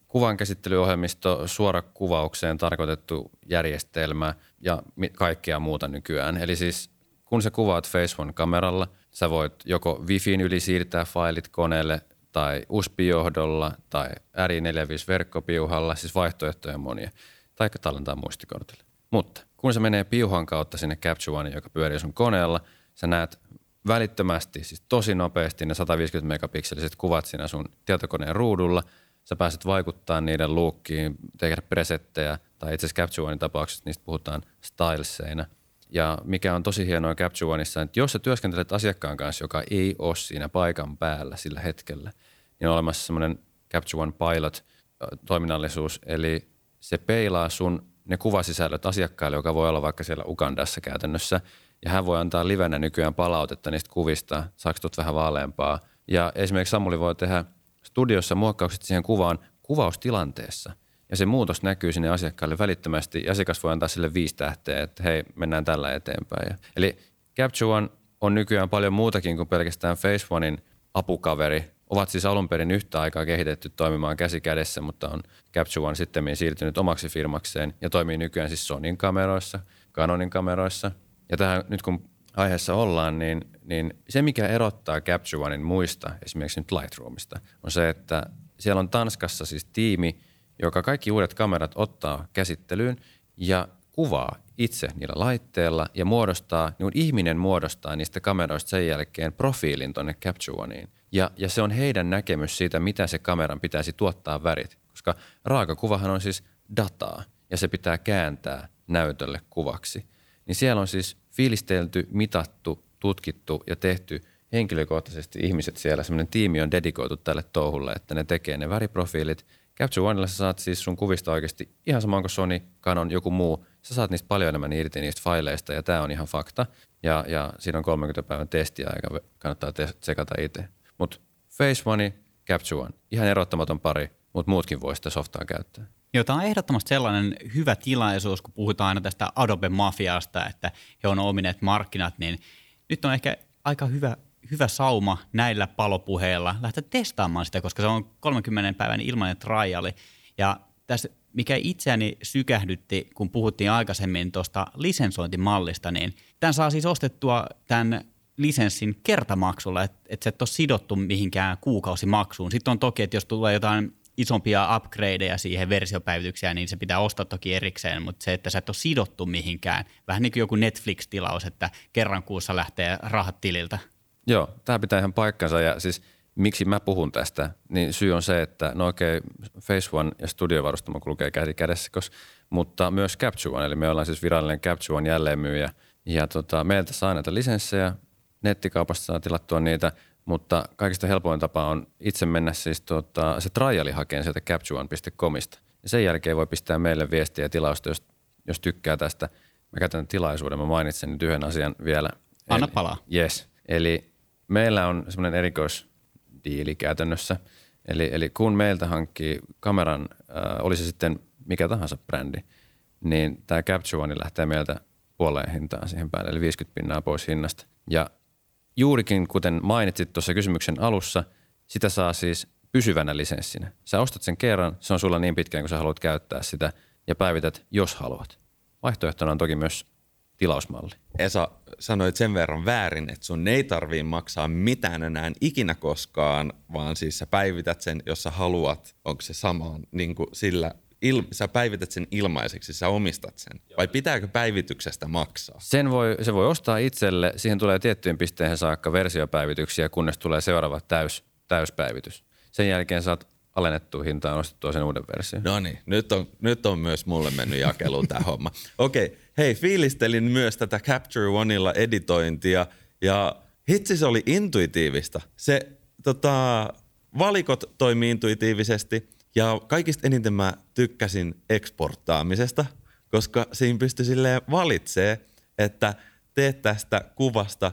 kuvankäsittelyohjelmisto, suorakuvaukseen tarkoitettu järjestelmä ja kaikkea muuta nykyään. Eli siis kun sä kuvaat Phase One-kameralla, sä voit joko Wifin yli siirtää failit koneelle tai U S B-johdolla tai R I neljäkymmentäviisi-verkkopiuhalla, siis vaihtoehtoja on monia, tai tallentaa muistikortille. Mutta kun se menee piuhan kautta sinne Capture One, joka pyörii sun koneella, sä näet välittömästi, siis tosi nopeasti ne sata viisikymmentä megapikseliset kuvat siinä sun tietokoneen ruudulla. Sä pääset vaikuttaa niiden luukkiin, tehdä presettejä, tai itse asiassa Capture Onein tapauksessa niistä puhutaan styleseina. Ja mikä on tosi hienoa Capture Oneissa, että jos sä työskentelet asiakkaan kanssa, joka ei ole siinä paikan päällä sillä hetkellä, niin on olemassa semmoinen Capture One Pilot-toiminnallisuus, eli se peilaa sun ne kuvasisällöt asiakkaalle, joka voi olla vaikka siellä Ugandassa käytännössä, ja hän voi antaa livenä nykyään palautetta niistä kuvista, saako tuot vähän vaaleampaa. Ja esimerkiksi Samuli voi tehdä studiossa muokkaukset siihen kuvaan kuvaustilanteessa, ja se muutos näkyy sinne asiakkaalle välittömästi, ja asiakas voi antaa sille viisi tähteä, että hei, mennään tällä eteenpäin. Eli Capture One on nykyään paljon muutakin kuin pelkästään Phase Onein apukaveri. Ovat siis alun perin yhtä aikaa kehitetty toimimaan käsi kädessä, mutta on Capture One sittemmin siirtynyt omaksi firmakseen ja toimii nykyään siis Sonyn kameroissa, Canonin kameroissa. Ja tähän nyt kun aiheessa ollaan, niin, niin se mikä erottaa Capture Onein muista, esimerkiksi nyt Lightroomista, on se, että siellä on Tanskassa siis tiimi, joka kaikki uudet kamerat ottaa käsittelyyn ja kuvaa itse niillä laitteilla ja muodostaa, niin ihminen muodostaa niistä kameroista sen jälkeen profiilin tonne Capture Oneen. Ja, ja se on heidän näkemys siitä, mitä se kameran pitäisi tuottaa värit, koska raakakuvahan on siis dataa ja se pitää kääntää näytölle kuvaksi. Niin siellä on siis fiilistelty, mitattu, tutkittu ja tehty henkilökohtaisesti ihmiset siellä. Sellainen tiimi on dedikoitu tälle touhulle, että ne tekee ne väriprofiilit. Capture Onella sä saat siis sun kuvista oikeasti ihan samaan kuin Sony, Canon, joku muu. Sä saat niistä paljon enemmän irti niistä faileista ja tää on ihan fakta. Ja, ja siinä on kolmekymmentä päivän testiaika, kannattaa te- tsekata itse. Mutta Phase One, Capture One, ihan erottamaton pari, mutta muutkin voi sitä softaa käyttää. Joo, tämä on ehdottomasti sellainen hyvä tilaisuus, kun puhutaan aina tästä Adobe-mafiasta, että he on omineet markkinat, niin nyt on ehkä aika hyvä, hyvä sauma näillä palopuheilla lähteä testaamaan sitä, koska se on kolmenkymmenen päivän ilmainen triali. Ja tässä, mikä itseäni sykähdytti, kun puhuttiin aikaisemmin tuosta lisensointimallista, niin tämän saa siis ostettua tämän lisenssin kertamaksulla, että et se et ole sidottu mihinkään kuukausimaksuun. Sitten on toki, että jos tulee jotain isompia upgradeja siihen versiopäivityksiä, niin se pitää ostaa toki erikseen, mutta se, että sä et ole sidottu mihinkään, vähän niin kuin joku Netflix-tilaus, että kerran kuussa lähtee rahat tililtä. Joo, tämä pitää ihan paikkansa ja siis miksi mä puhun tästä, niin syy on se, että no okei, Phase One ja studiovarustamo kulkee käsi kädessä, mutta myös Capture One, eli me ollaan siis virallinen Capture One jälleenmyyjä ja tota, meiltä saa näitä lisenssejä, nettikaupasta saa tilattua niitä, mutta kaikista helpoin tapa on itse mennä siis tuota, se triali hakeen sieltä capture one piste comista. Ja sen jälkeen voi pistää meille viestiä ja tilausta, jos, jos tykkää tästä. Mä käytän tilaisuuden, mä mainitsen nyt yhden asian vielä. Anna Eli, palaa. Yes. Eli meillä on semmoinen erikoisdiili käytännössä. Eli, eli kun meiltä hankkii kameran, äh, oli se sitten mikä tahansa brändi, niin tämä Capture One lähtee meiltä puoleen hintaan siihen päälle, eli viisikymmentä pinnaa pois hinnasta. Ja juurikin kuten mainitsit tuossa kysymyksen alussa, sitä saa siis pysyvänä lisenssinä. Sä ostat sen kerran, se on sulla niin pitkään, kun sä haluat käyttää sitä ja päivität, jos haluat. Vaihtoehtona on toki myös tilausmalli. Esa, sanoit sen verran väärin, että sun ei tarvii maksaa mitään enää ikinä koskaan, vaan siis sä päivität sen, jos sä haluat. Onko se samaan niin kuin sillä, il, sä päivität sen ilmaiseksi, sä omistat sen. Vai pitääkö päivityksestä maksaa? Sen voi, se voi ostaa itselle, siihen tulee tiettyyn pisteen saakka versiopäivityksiä, kunnes tulee seuraava täys, täyspäivitys. Sen jälkeen saat alennettua hintaan ostettua sen uuden version. No niin, nyt on, nyt on myös mulle mennyt jakeluun tämä homma. Okei, okay. Hei, fiilistelin myös tätä Capture Onella editointia ja hitsi se oli intuitiivista. Se tota, valikot toimii intuitiivisesti ja kaikista eniten mä tykkäsin eksportaamisesta, koska siinä pystyi silleen valitsee, että teet tästä kuvasta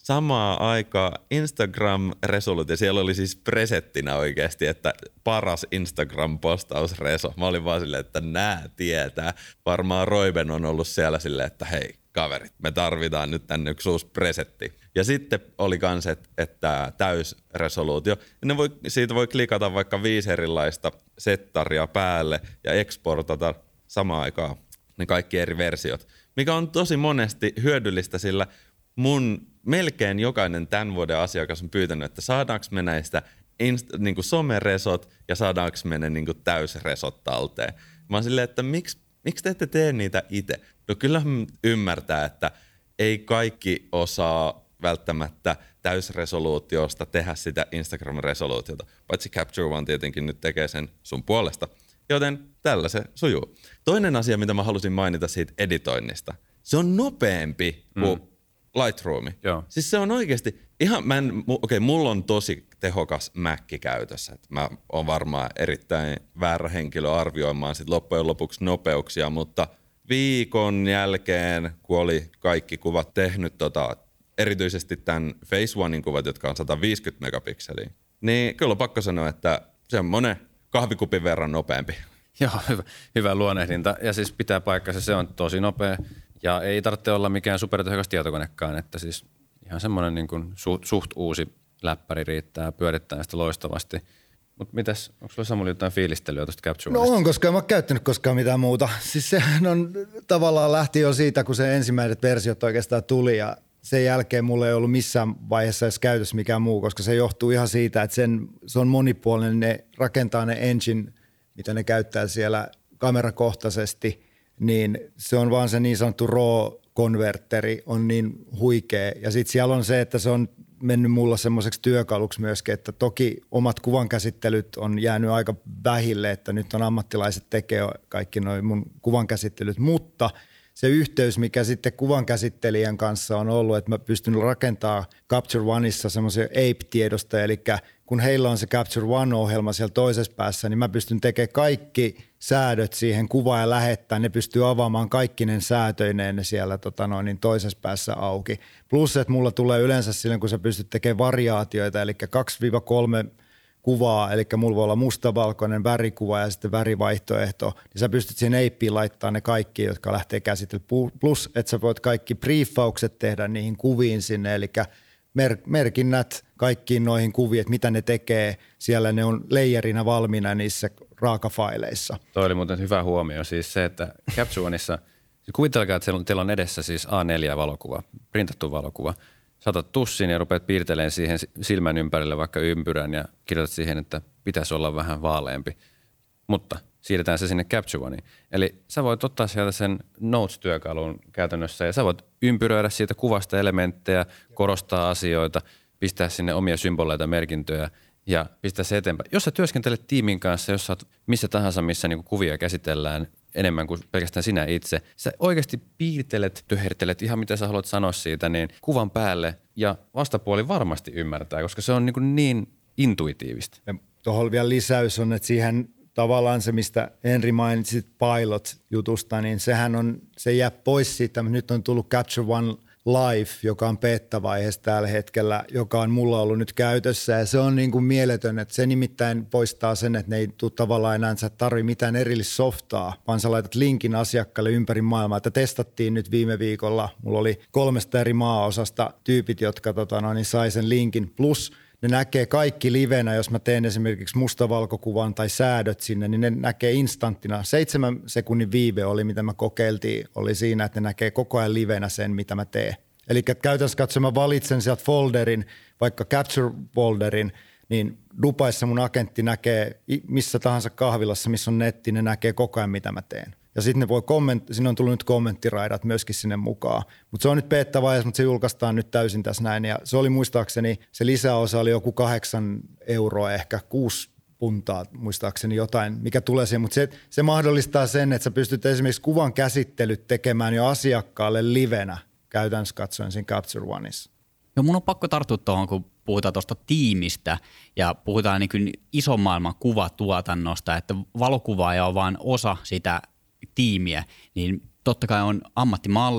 samaa aikaa Instagram-resoluutio. Siellä oli siis presettinä oikeasti, että paras Instagram-postausreso. Mä olin vaan silleen, että nää tietää. Varmaan Roiben on ollut siellä silleen, että hei kaverit, me tarvitaan nyt tänne yksi uusi presetti. Ja sitten oli kans, että, että täysresoluutio. Ne voi, siitä voi klikata vaikka viisi erilaista settaria päälle ja exportata samaan aikaan ne kaikki eri versiot. Mikä on tosi monesti hyödyllistä, sillä mun melkein jokainen tämän vuoden asiakas on pyytänyt, että saadaanko me näistä inst- niin kuin someresot ja saadaanko me ne niin kuin täysresot talteen. Mä oon silleen, että miksi, miksi te ette tee niitä itse? No kyllä ymmärtää, että ei kaikki osaa välttämättä täysresoluutiosta tehdä sitä Instagram-resoluutiota, paitsi Capture One tietenkin nyt tekee sen sun puolesta. Joten tällä se sujuu. Toinen asia, mitä mä halusin mainita siitä editoinnista, se on nopeampi kuin mm. Lightroomi. Joo. Siis se on oikeasti ihan, mä en, okei, okay, mulla on tosi tehokas Mac käytössä. Et mä oon varmaan erittäin väärä henkilö arvioimaan sit loppujen lopuksi nopeuksia, mutta viikon jälkeen, kun oli kaikki kuvat tehnyt, tota, erityisesti tämän Phase Onein kuvat, jotka on sata viisikymmentä megapikseliä, niin kyllä on pakko sanoa, että semmoinen kahvikupin verran nopeampi. Joo, hyvä, hyvä luonnehdinta. Ja siis pitää paikkansa, se on tosi nopea. Ja ei tarvitse olla mikään supertehokas tietokonekaan, että siis ihan semmoinen niin kuin suht, suht uusi läppäri riittää pyörittämään sitä loistavasti. Mutta mitäs, onko sulla Samuli jotain fiilistelyä tuosta Capture Onesta? No on, koska en mä ole käyttänyt koskaan mitään muuta. Siis sehän on tavallaan lähti jo siitä, kun se ensimmäiset versiot oikeastaan tuli ja sen jälkeen mulla ei ollut missään vaiheessa edes käytössä mikään muu, koska se johtuu ihan siitä, että sen, se on monipuolinen, ne rakentaa ne engine, mitä ne käyttää siellä kamerakohtaisesti, niin se on vaan se niin sanottu RAW-konverteri on niin huikea. Ja sitten siellä on se, että se on mennyt mulla semmoiseksi työkaluksi myöskin, että toki omat kuvankäsittelyt on jäänyt aika vähille, että nyt on ammattilaiset tekee kaikki nuo mun kuvankäsittelyt, mutta se yhteys, mikä sitten kuvankäsittelijän kanssa on ollut, että mä pystyn rakentamaan Capture Oneissa semmoisia Ape-tiedostoja, eli kun heillä on se Capture One-ohjelma siellä toisessa päässä, niin mä pystyn tekemään kaikki säädöt siihen kuvaan ja lähettää. Ne pystyy avaamaan kaikki ne säätöineen ne siellä tota noin, niin toisessa päässä auki. Plus, että mulla tulee yleensä silloin, kun sä pystyt tekemään variaatioita, eli kaksi kolme kuvaa, eli mulla voi olla mustavalkoinen värikuva ja sitten värivaihtoehto, niin sä pystyt siihen Apeen laittaa ne kaikki, jotka lähtee käsittelemään. Plus, että sä voit kaikki briefaukset tehdä niihin kuviin sinne, eli mer- merkinnät kaikkiin noihin kuviin, että mitä ne tekee. Siellä ne on layerina valmiina niissä raakafaileissa. Toi oli muuten hyvä huomio. Siis se, että Capture Oneissa, kuvitelkaa, että teillä on edessä siis A neljä valokuva, printattu valokuva. Saatat tussin ja rupeat piirtelemään siihen silmän ympärille vaikka ympyrän ja kirjoitat siihen, että pitäisi olla vähän vaaleampi. Mutta siirretään se sinne Capture Oneen. Eli sä voit ottaa sieltä sen Notes-työkalun käytännössä ja sä voit ympyröidä siitä kuvasta elementtejä, korostaa asioita, pistää sinne omia symboleita, merkintöjä ja pistää se eteenpäin. Jos sä työskentelet tiimin kanssa, jos sä oot missä tahansa, missä niinku kuvia käsitellään enemmän kuin pelkästään sinä itse, sä oikeasti piirtelet, töhertelet ihan mitä sä haluat sanoa siitä, niin kuvan päälle ja vastapuoli varmasti ymmärtää, koska se on niin, kuin niin intuitiivista. Tuohon vielä lisäys on, että siihen tavallaan se, mistä Henri mainitsit Pilot-jutusta, niin sehän on, se jää pois siitä, mutta nyt on tullut Capture One Live, joka on beta-vaiheessa tällä hetkellä, joka on mulla ollut nyt käytössä ja se on niin kuin mieletön, että se nimittäin poistaa sen, että ne ei tule tavallaan enää, että sä et tarvitse mitään erillistä softaa, vaan sä laitat linkin asiakkaalle ympäri maailmaa. Että testattiin nyt viime viikolla, mulla oli kolmesta eri maaosasta tyypit, jotka tota, no, niin sai sen linkin, plus ne näkee kaikki livenä, jos mä teen esimerkiksi mustavalkokuvan tai säädöt sinne, niin ne näkee instanttina. Seitsemän sekunnin viive oli, mitä mä kokeiltiin, oli siinä, että ne näkee koko ajan livenä sen, mitä mä teen. Eli käytännössä katsoen mä valitsen sieltä folderin, vaikka capture-folderin, niin Dubaissa mun agentti näkee missä tahansa kahvilassa, missä on netti, ne näkee koko ajan, mitä mä teen. Ja sitten ne voi kommentti, sinne on tullut nyt kommenttiraidat myöskin sinne mukaan. Mutta se on nyt beta-vaiheessa, mutta se julkaistaan nyt täysin tässä näin. Ja se oli muistaakseni, se lisäosa oli joku kahdeksan euroa, ehkä kuusi puntaa muistaakseni jotain, mikä tulee siihen. Mutta se, se mahdollistaa sen, että sä pystyt esimerkiksi kuvan käsittelyt tekemään jo asiakkaalle livenä käytännössä katsoen siinä Capture Oneissa. Joo, mun on pakko tarttua tuohon, kun puhutaan tuosta tiimistä ja puhutaan niin kuin ison maailman kuvatuotannosta, että valokuvaaja on vain osa sitä tiimiä, niin totta kai on ammattimallit,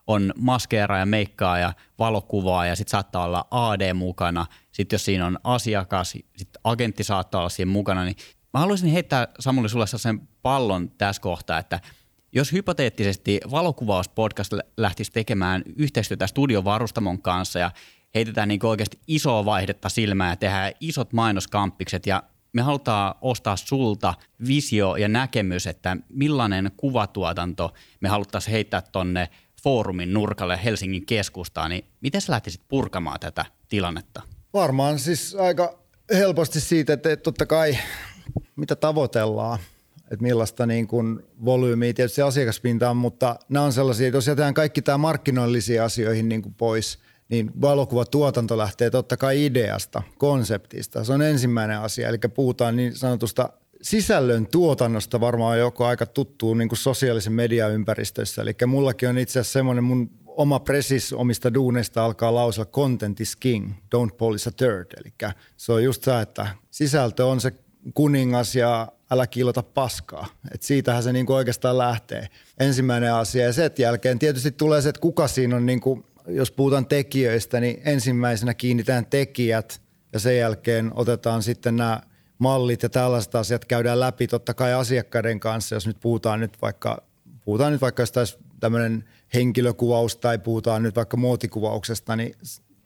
on maskeeraa ja meikkaa ja valokuvaa ja sitten saattaa olla A D mukana. Sitten jos siinä on asiakas, sitten agentti saattaa olla siinä mukana. Niin mä haluaisin heittää Samuli sulle sen pallon tässä kohtaa, että jos hypoteettisesti valokuvauspodcast lähtisi tekemään yhteistyötä studiovarustamon kanssa ja heitetään niin oikeasti isoa vaihdetta silmään ja tehdään isot mainoskampikset ja me halutaan ostaa sulta visio ja näkemys, että millainen kuvatuotanto me haluttaisiin heittää tonne foorumin nurkalle Helsingin keskustaan, niin miten sä lähtisit purkamaan tätä tilannetta? Varmaan siis aika helposti siitä, että totta kai mitä tavoitellaan, että millaista niin kuin volyymiä tietysti asiakaspinta on, mutta nämä on sellaisia, että jos jätetään kaikki tämä markkinoillisiin asioihin niin kuin pois, niin valokuvatuotanto lähtee totta kai ideasta, konseptista. Se on ensimmäinen asia, eli puhutaan niin sanotusta sisällön tuotannosta varmaan joko aika tuttuu niin kuin sosiaalisen median ympäristössä. Eli mullakin on itse asiassa semmoinen mun oma presis omista duuneista alkaa lausella content is king, don't polish a turd. Eli se on just se, että sisältö on se kuningas ja älä kiilota paskaa. Et siitähän se niin kuin oikeastaan lähtee. Ensimmäinen asia ja sen jälkeen tietysti tulee se, että kuka siinä on, niin kuin, jos puhutaan tekijöistä, niin ensimmäisenä kiinnitään tekijät ja sen jälkeen otetaan sitten nämä mallit ja tällaiset asiat käydään läpi totta kai asiakkaiden kanssa, jos nyt puhutaan nyt vaikka, puhutaan nyt vaikka jostain tämmöinen henkilökuvaus tai puhutaan nyt vaikka muotikuvauksesta, niin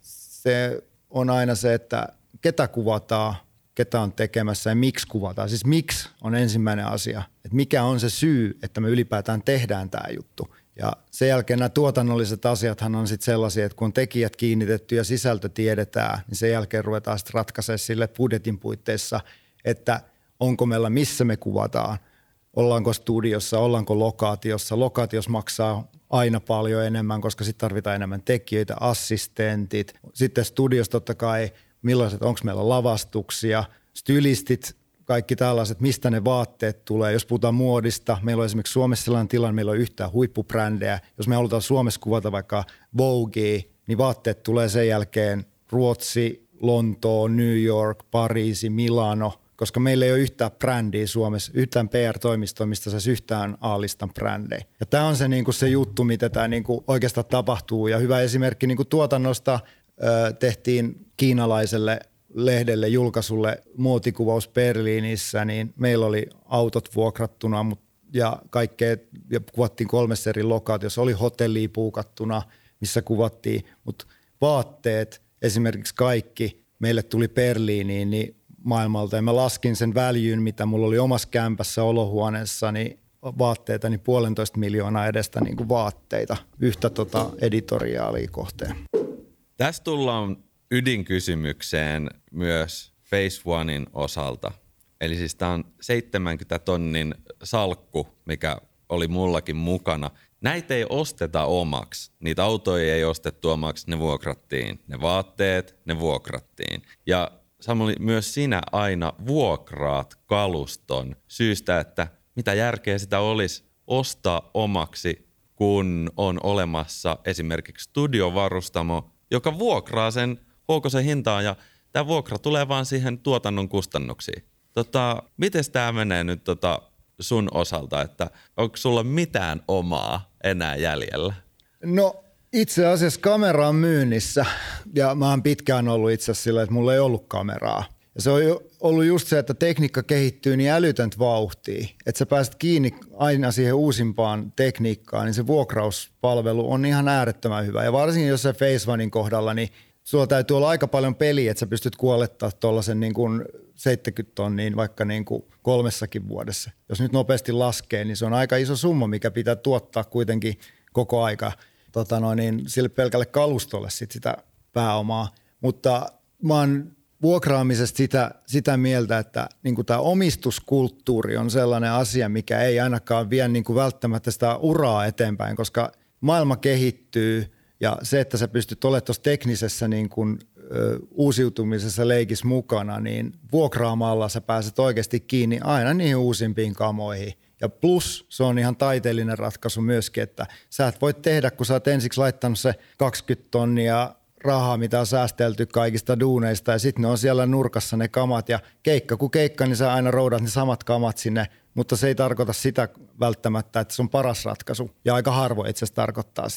se on aina se, että ketä kuvataan, ketä on tekemässä ja miksi kuvataan. Siis miksi on ensimmäinen asia, että mikä on se syy, että me ylipäätään tehdään tämä juttu. Ja sen jälkeen nämä tuotannolliset asiathan on sitten sellaisia, että kun on tekijät kiinnitetty ja sisältö tiedetään, niin sen jälkeen ruvetaan sitten ratkaisemaan sille budjetin puitteissa, että onko meillä, missä me kuvataan, ollaanko studiossa, ollaanko lokaatiossa. Lokaatiossa maksaa aina paljon enemmän, koska sitten tarvitaan enemmän tekijöitä, assistentit. Sitten studiossa totta kai, millaiset, onko meillä lavastuksia, stylistit, kaikki tällaiset, mistä ne vaatteet tulee. Jos puhutaan muodista, meillä on esimerkiksi Suomessa sellainen tilanne, meillä on yhtään huippubrändejä. Jos me halutaan Suomessa kuvata vaikka Voguea, niin vaatteet tulee sen jälkeen Ruotsi, Lontoo, New York, Pariisi, Milano, koska meillä ei ole yhtään brändiä Suomessa, yhtään P R-toimistoa, mistä saisi yhtään A-listan brändejä. Ja tämä on se, niin kuin se juttu, mitä tämä niin kuin oikeastaan tapahtuu. Ja hyvä esimerkki niin kuin tuotannosta äh, tehtiin kiinalaiselle lehdelle, julkaisulle muotikuvaus Berliinissä, niin meillä oli autot vuokrattuna ja kaikkea, ja kuvattiin kolmessa eri lokaatiossa, oli hotellia puukattuna, missä kuvattiin, mutta vaatteet, esimerkiksi kaikki, meille tuli Berliiniin niin maailmalta, ja mä laskin sen väljyn, mitä mulla oli omassa kämpässä olohuoneessa, niin vaatteita, niin puolentoista miljoonaa edestä niin kuin vaatteita, yhtä tota editoriaalia kohteen. Tässä tullaan ydinkysymykseen myös Phase Onein osalta. Eli siis tämä on seitsemänkymmentä tonnin salkku, mikä oli mullakin mukana. Näitä ei osteta omaksi. Niitä autoja ei ostettu omaksi, ne vuokrattiin. Ne vaatteet, ne vuokrattiin. Ja Samuli, myös sinä aina vuokraat kaluston syystä, että mitä järkeä sitä olisi ostaa omaksi, kun on olemassa esimerkiksi studiovarustamo, joka vuokraa sen Huokosen hintaan ja tämä vuokra tulee vaan siihen tuotannon kustannuksiin. Tota, miten tämä menee nyt tota sun osalta, että onko sulla mitään omaa enää jäljellä? No itse asiassa kamera on myynnissä ja mä oon pitkään ollut itse asiassa sillä, että mulla ei ollut kameraa. Ja se on ollut just se, että tekniikka kehittyy niin älytöntä vauhtia, että sä pääset kiinni aina siihen uusimpaan tekniikkaan, niin se vuokrauspalvelu on ihan äärettömän hyvä. Ja varsinkin jos se Phase Onein kohdalla, niin sulla täytyy olla aika paljon peliä, että sä pystyt kuolettaa tuollaisen niin kuin seitsemänkymmentä tonniin vaikka niin kuin kolmessakin vuodessa. Jos nyt nopeasti laskee, niin se on aika iso summa, mikä pitää tuottaa kuitenkin koko aika tota noin, niin sille pelkälle kalustolle sit sitä pääomaa. Mutta mä oon vuokraamisesta sitä, sitä mieltä, että niin kuin tämä omistuskulttuuri on sellainen asia, mikä ei ainakaan vie niin kuin välttämättä sitä uraa eteenpäin, koska maailma kehittyy. Ja se, että sä pystyt olemaan tuossa teknisessä niin kun, ö, uusiutumisessa leikissä mukana, niin vuokraamalla sä pääset oikeasti kiinni aina niihin uusimpiin kamoihin. Ja plus se on ihan taiteellinen ratkaisu myöskin, että sä et voi tehdä, kun sä oot ensiksi laittanut se kaksikymmentä tonnia rahaa, mitä on säästelty kaikista duuneista ja sitten ne on siellä nurkassa ne kamat ja keikka kun keikka, niin sä aina roudat ne samat kamat sinne, mutta se ei tarkoita sitä välttämättä, että se on paras ratkaisu ja aika harvoin itse asiassa tarkoittaa sitä.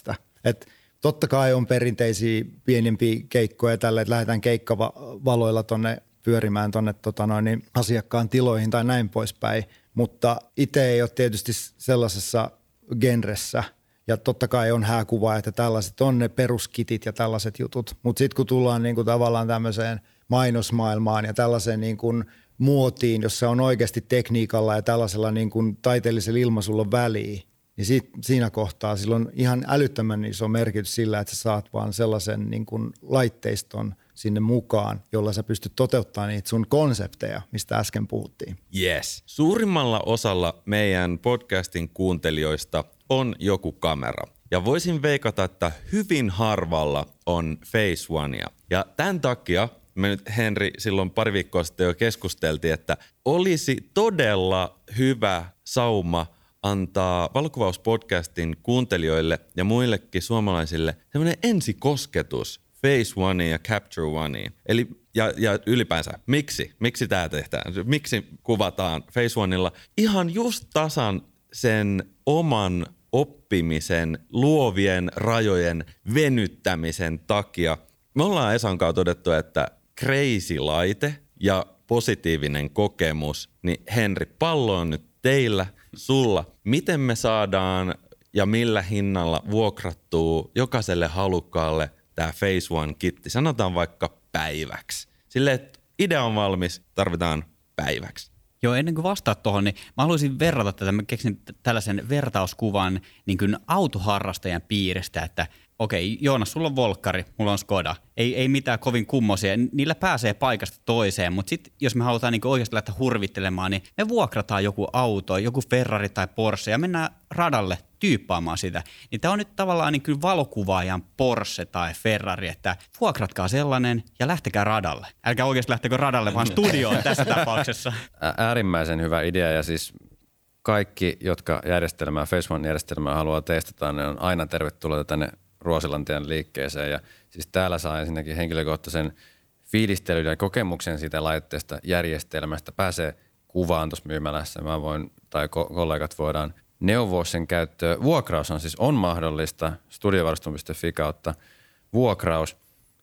Et totta kai on perinteisiä pienempiä keikkoja tälle, että lähdetään keikkavaloilla tonne pyörimään tonne tota noin, niin asiakkaan tiloihin tai näin poispäin, mutta itse ei ole tietysti sellaisessa genressä ja totta kai on hääkuva, että tällaiset on ne peruskitit ja tällaiset jutut, mutta sitten kun tullaan niinku tavallaan tämmöiseen mainosmaailmaan ja tällaiseen niinku muotiin, jossa on oikeasti tekniikalla ja tällaisella niinku taiteellisella ilmaisulla väliä, niin siitä, siinä kohtaa sillä on ihan älyttömän iso merkitys sillä, että sä saat vaan sellaisen niin kuin laitteiston sinne mukaan, jolla sä pystyt toteuttamaan niitä sun konsepteja, mistä äsken puhuttiin. Yes. Suurimmalla osalla meidän podcastin kuuntelijoista on joku kamera. Ja voisin veikata, että hyvin harvalla on Phase Onea. Ja tämän takia me nyt Henri silloin pari viikkoa sitten jo keskusteltiin, että olisi todella hyvä sauma antaa valokuvauspodcastin kuuntelijoille ja muillekin suomalaisille semmoinen ensikosketus Phase Oneen ja Capture Oneen. Eli ja, ja ylipäänsä, miksi? Miksi tämä tehdään? Miksi kuvataan Phase Onella? Ihan just tasan sen oman oppimisen, luovien rajojen venyttämisen takia. Me ollaan Esan kanssa todettu, että crazy laite ja positiivinen kokemus, niin Henri, pallo on nyt teillä, sulla. Miten me saadaan ja millä hinnalla vuokrattuu jokaiselle halukkaalle tämä Phase One-kitti? Sanotaan vaikka päiväksi. Silleen, että idea on valmis, tarvitaan päiväksi. Joo, ennen kuin vastaat tuohon, niin mä haluaisin verrata tätä. Mä keksin tällaisen vertauskuvan niin kuin autoharrastajan piiristä, että okei, Joonas, sulla on Volkkari, mulla on Skoda. Ei, ei mitään kovin kummosia. Niillä pääsee paikasta toiseen, mutta sitten jos me halutaan niin oikeasti lähteä hurvittelemaan, niin me vuokrataan joku auto, joku Ferrari tai Porsche ja mennään radalle tyyppaamaan sitä. Niin tämä on nyt tavallaan niin kyllä valokuvaajan Porsche tai Ferrari, että vuokratkaa sellainen ja lähtekää radalle. Älkää oikeasti lähtekö radalle, vaan studioon tässä tapauksessa. Äärimmäisen hyvä idea ja siis kaikki, jotka järjestelmää, Phase One-järjestelmää haluaa testata, ne on aina tervetulleita tänne Ruosilantien liikkeeseen. Ja siis täällä saa ensinnäkin henkilökohtaisen fiilistelyn ja kokemuksen siitä laitteesta järjestelmästä. Pääsee kuvaan tuossa myymälässä. Mä voin, tai kollegat voidaan neuvoa sen käyttöön. Vuokraus on siis on mahdollista. studiovarustamon piste fi kautta vuokraus.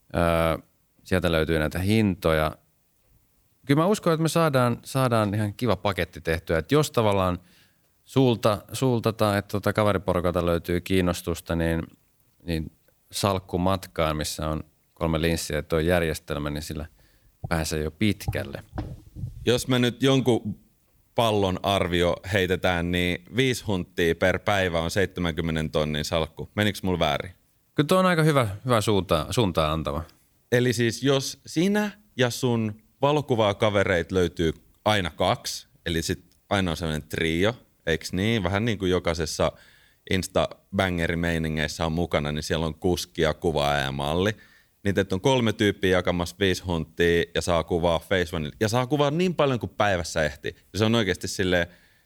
Öö, sieltä löytyy näitä hintoja. Kyllä mä uskon, että me saadaan, saadaan ihan kiva paketti tehtyä. Että jos tavallaan sulta, sulta tai tuota kaveriporukalta löytyy kiinnostusta, niin niin salkku matkaan, missä on kolme linssiä ja tuo järjestelmä, niin sillä pääsee jo pitkälle. Jos me nyt jonkun pallon arvio heitetään, niin viisi hunttia per päivä on seitsemänkymmentä tonnin salkku. Menikö mulla väärin? Kyllä tuo on aika hyvä, hyvä suunta, suuntaan antava. Eli siis jos sinä ja sun valokuvaa-kavereit löytyy aina kaksi, eli sitten aina on sellainen trio, eikö niin? Vähän niin kuin jokaisessa Insta-bangeri-meiningeissä on mukana, niin siellä on kuski ja kuvaaja ja malli. Niin että on kolme tyyppiä jakamassa viisi huntia ja saa kuvaa Phase Onella. Ja saa kuvaa niin paljon kuin päivässä ehtii. Ja se on oikeasti silleen,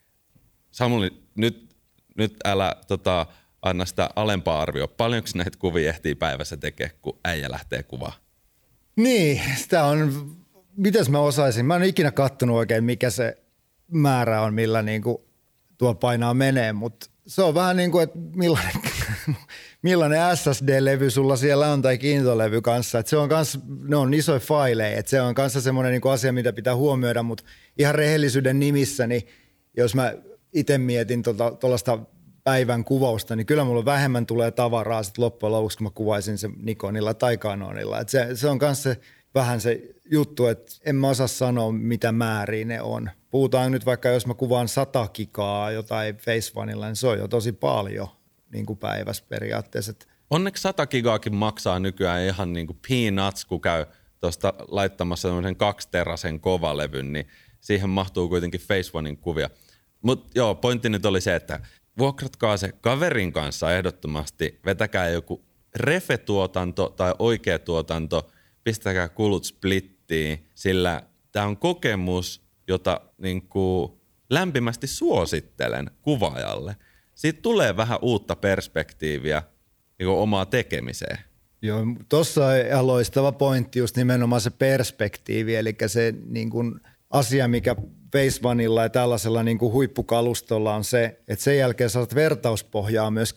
Samuli, nyt, nyt älä tota, anna sitä alempaa arvioa. Paljonko näitä kuvia ehtii päivässä tekemään, kun äijä lähtee kuvaan? Niin, sitä on, mitäs mä osaisin? Mä en ole ikinä kattonut oikein, mikä se määrä on, millä niinku tuo painaa menee, mutta se on vähän niin kuin, että millainen, millainen S S D-levy sulla siellä on tai kiintolevy kanssa. Että se on kans, ne on isoja faileja, että se on kanssa semmoinen niin kuin asia, mitä pitää huomioida, mutta ihan rehellisyyden nimissä, niin jos mä itse mietin tuollaista tota, päivän kuvausta, niin kyllä mulla vähemmän tulee tavaraa sit loppujen lopuksi, kun mä kuvaisin sen Nikonilla tai Canonilla. Et se, se on myös se, vähän se juttu, että en mä osaa sanoa, mitä määriä ne on. Puhutaan nyt vaikka, jos mä kuvaan sata gigaa jotain Phase Onella, niin se on jo tosi paljon niin kuin päivässä periaatteessa. Onneksi sata gigaakin maksaa nykyään ihan niin kuin peanuts, kun käy tuosta laittamassa tämmöisen kaksiterasen kovalevyn, niin siihen mahtuu kuitenkin Phase Onen kuvia. Mutta joo, pointti nyt oli se, että vuokratkaa se kaverin kanssa ehdottomasti, vetäkää joku refe-tuotanto tai oikea tuotanto, pistäkää kulut splittiin, sillä tämä on kokemus, jota niin kuin lämpimästi suosittelen kuvaajalle. Siitä tulee vähän uutta perspektiiviä niin kuin omaa tekemiseen. Joo, tuossa on ihan loistava pointti, just nimenomaan se perspektiivi, eli se niin kuin asia, mikä Phase Onella ja tällaisella niin kuin huippukalustolla on se, että sen jälkeen saat vertauspohjaa myöskin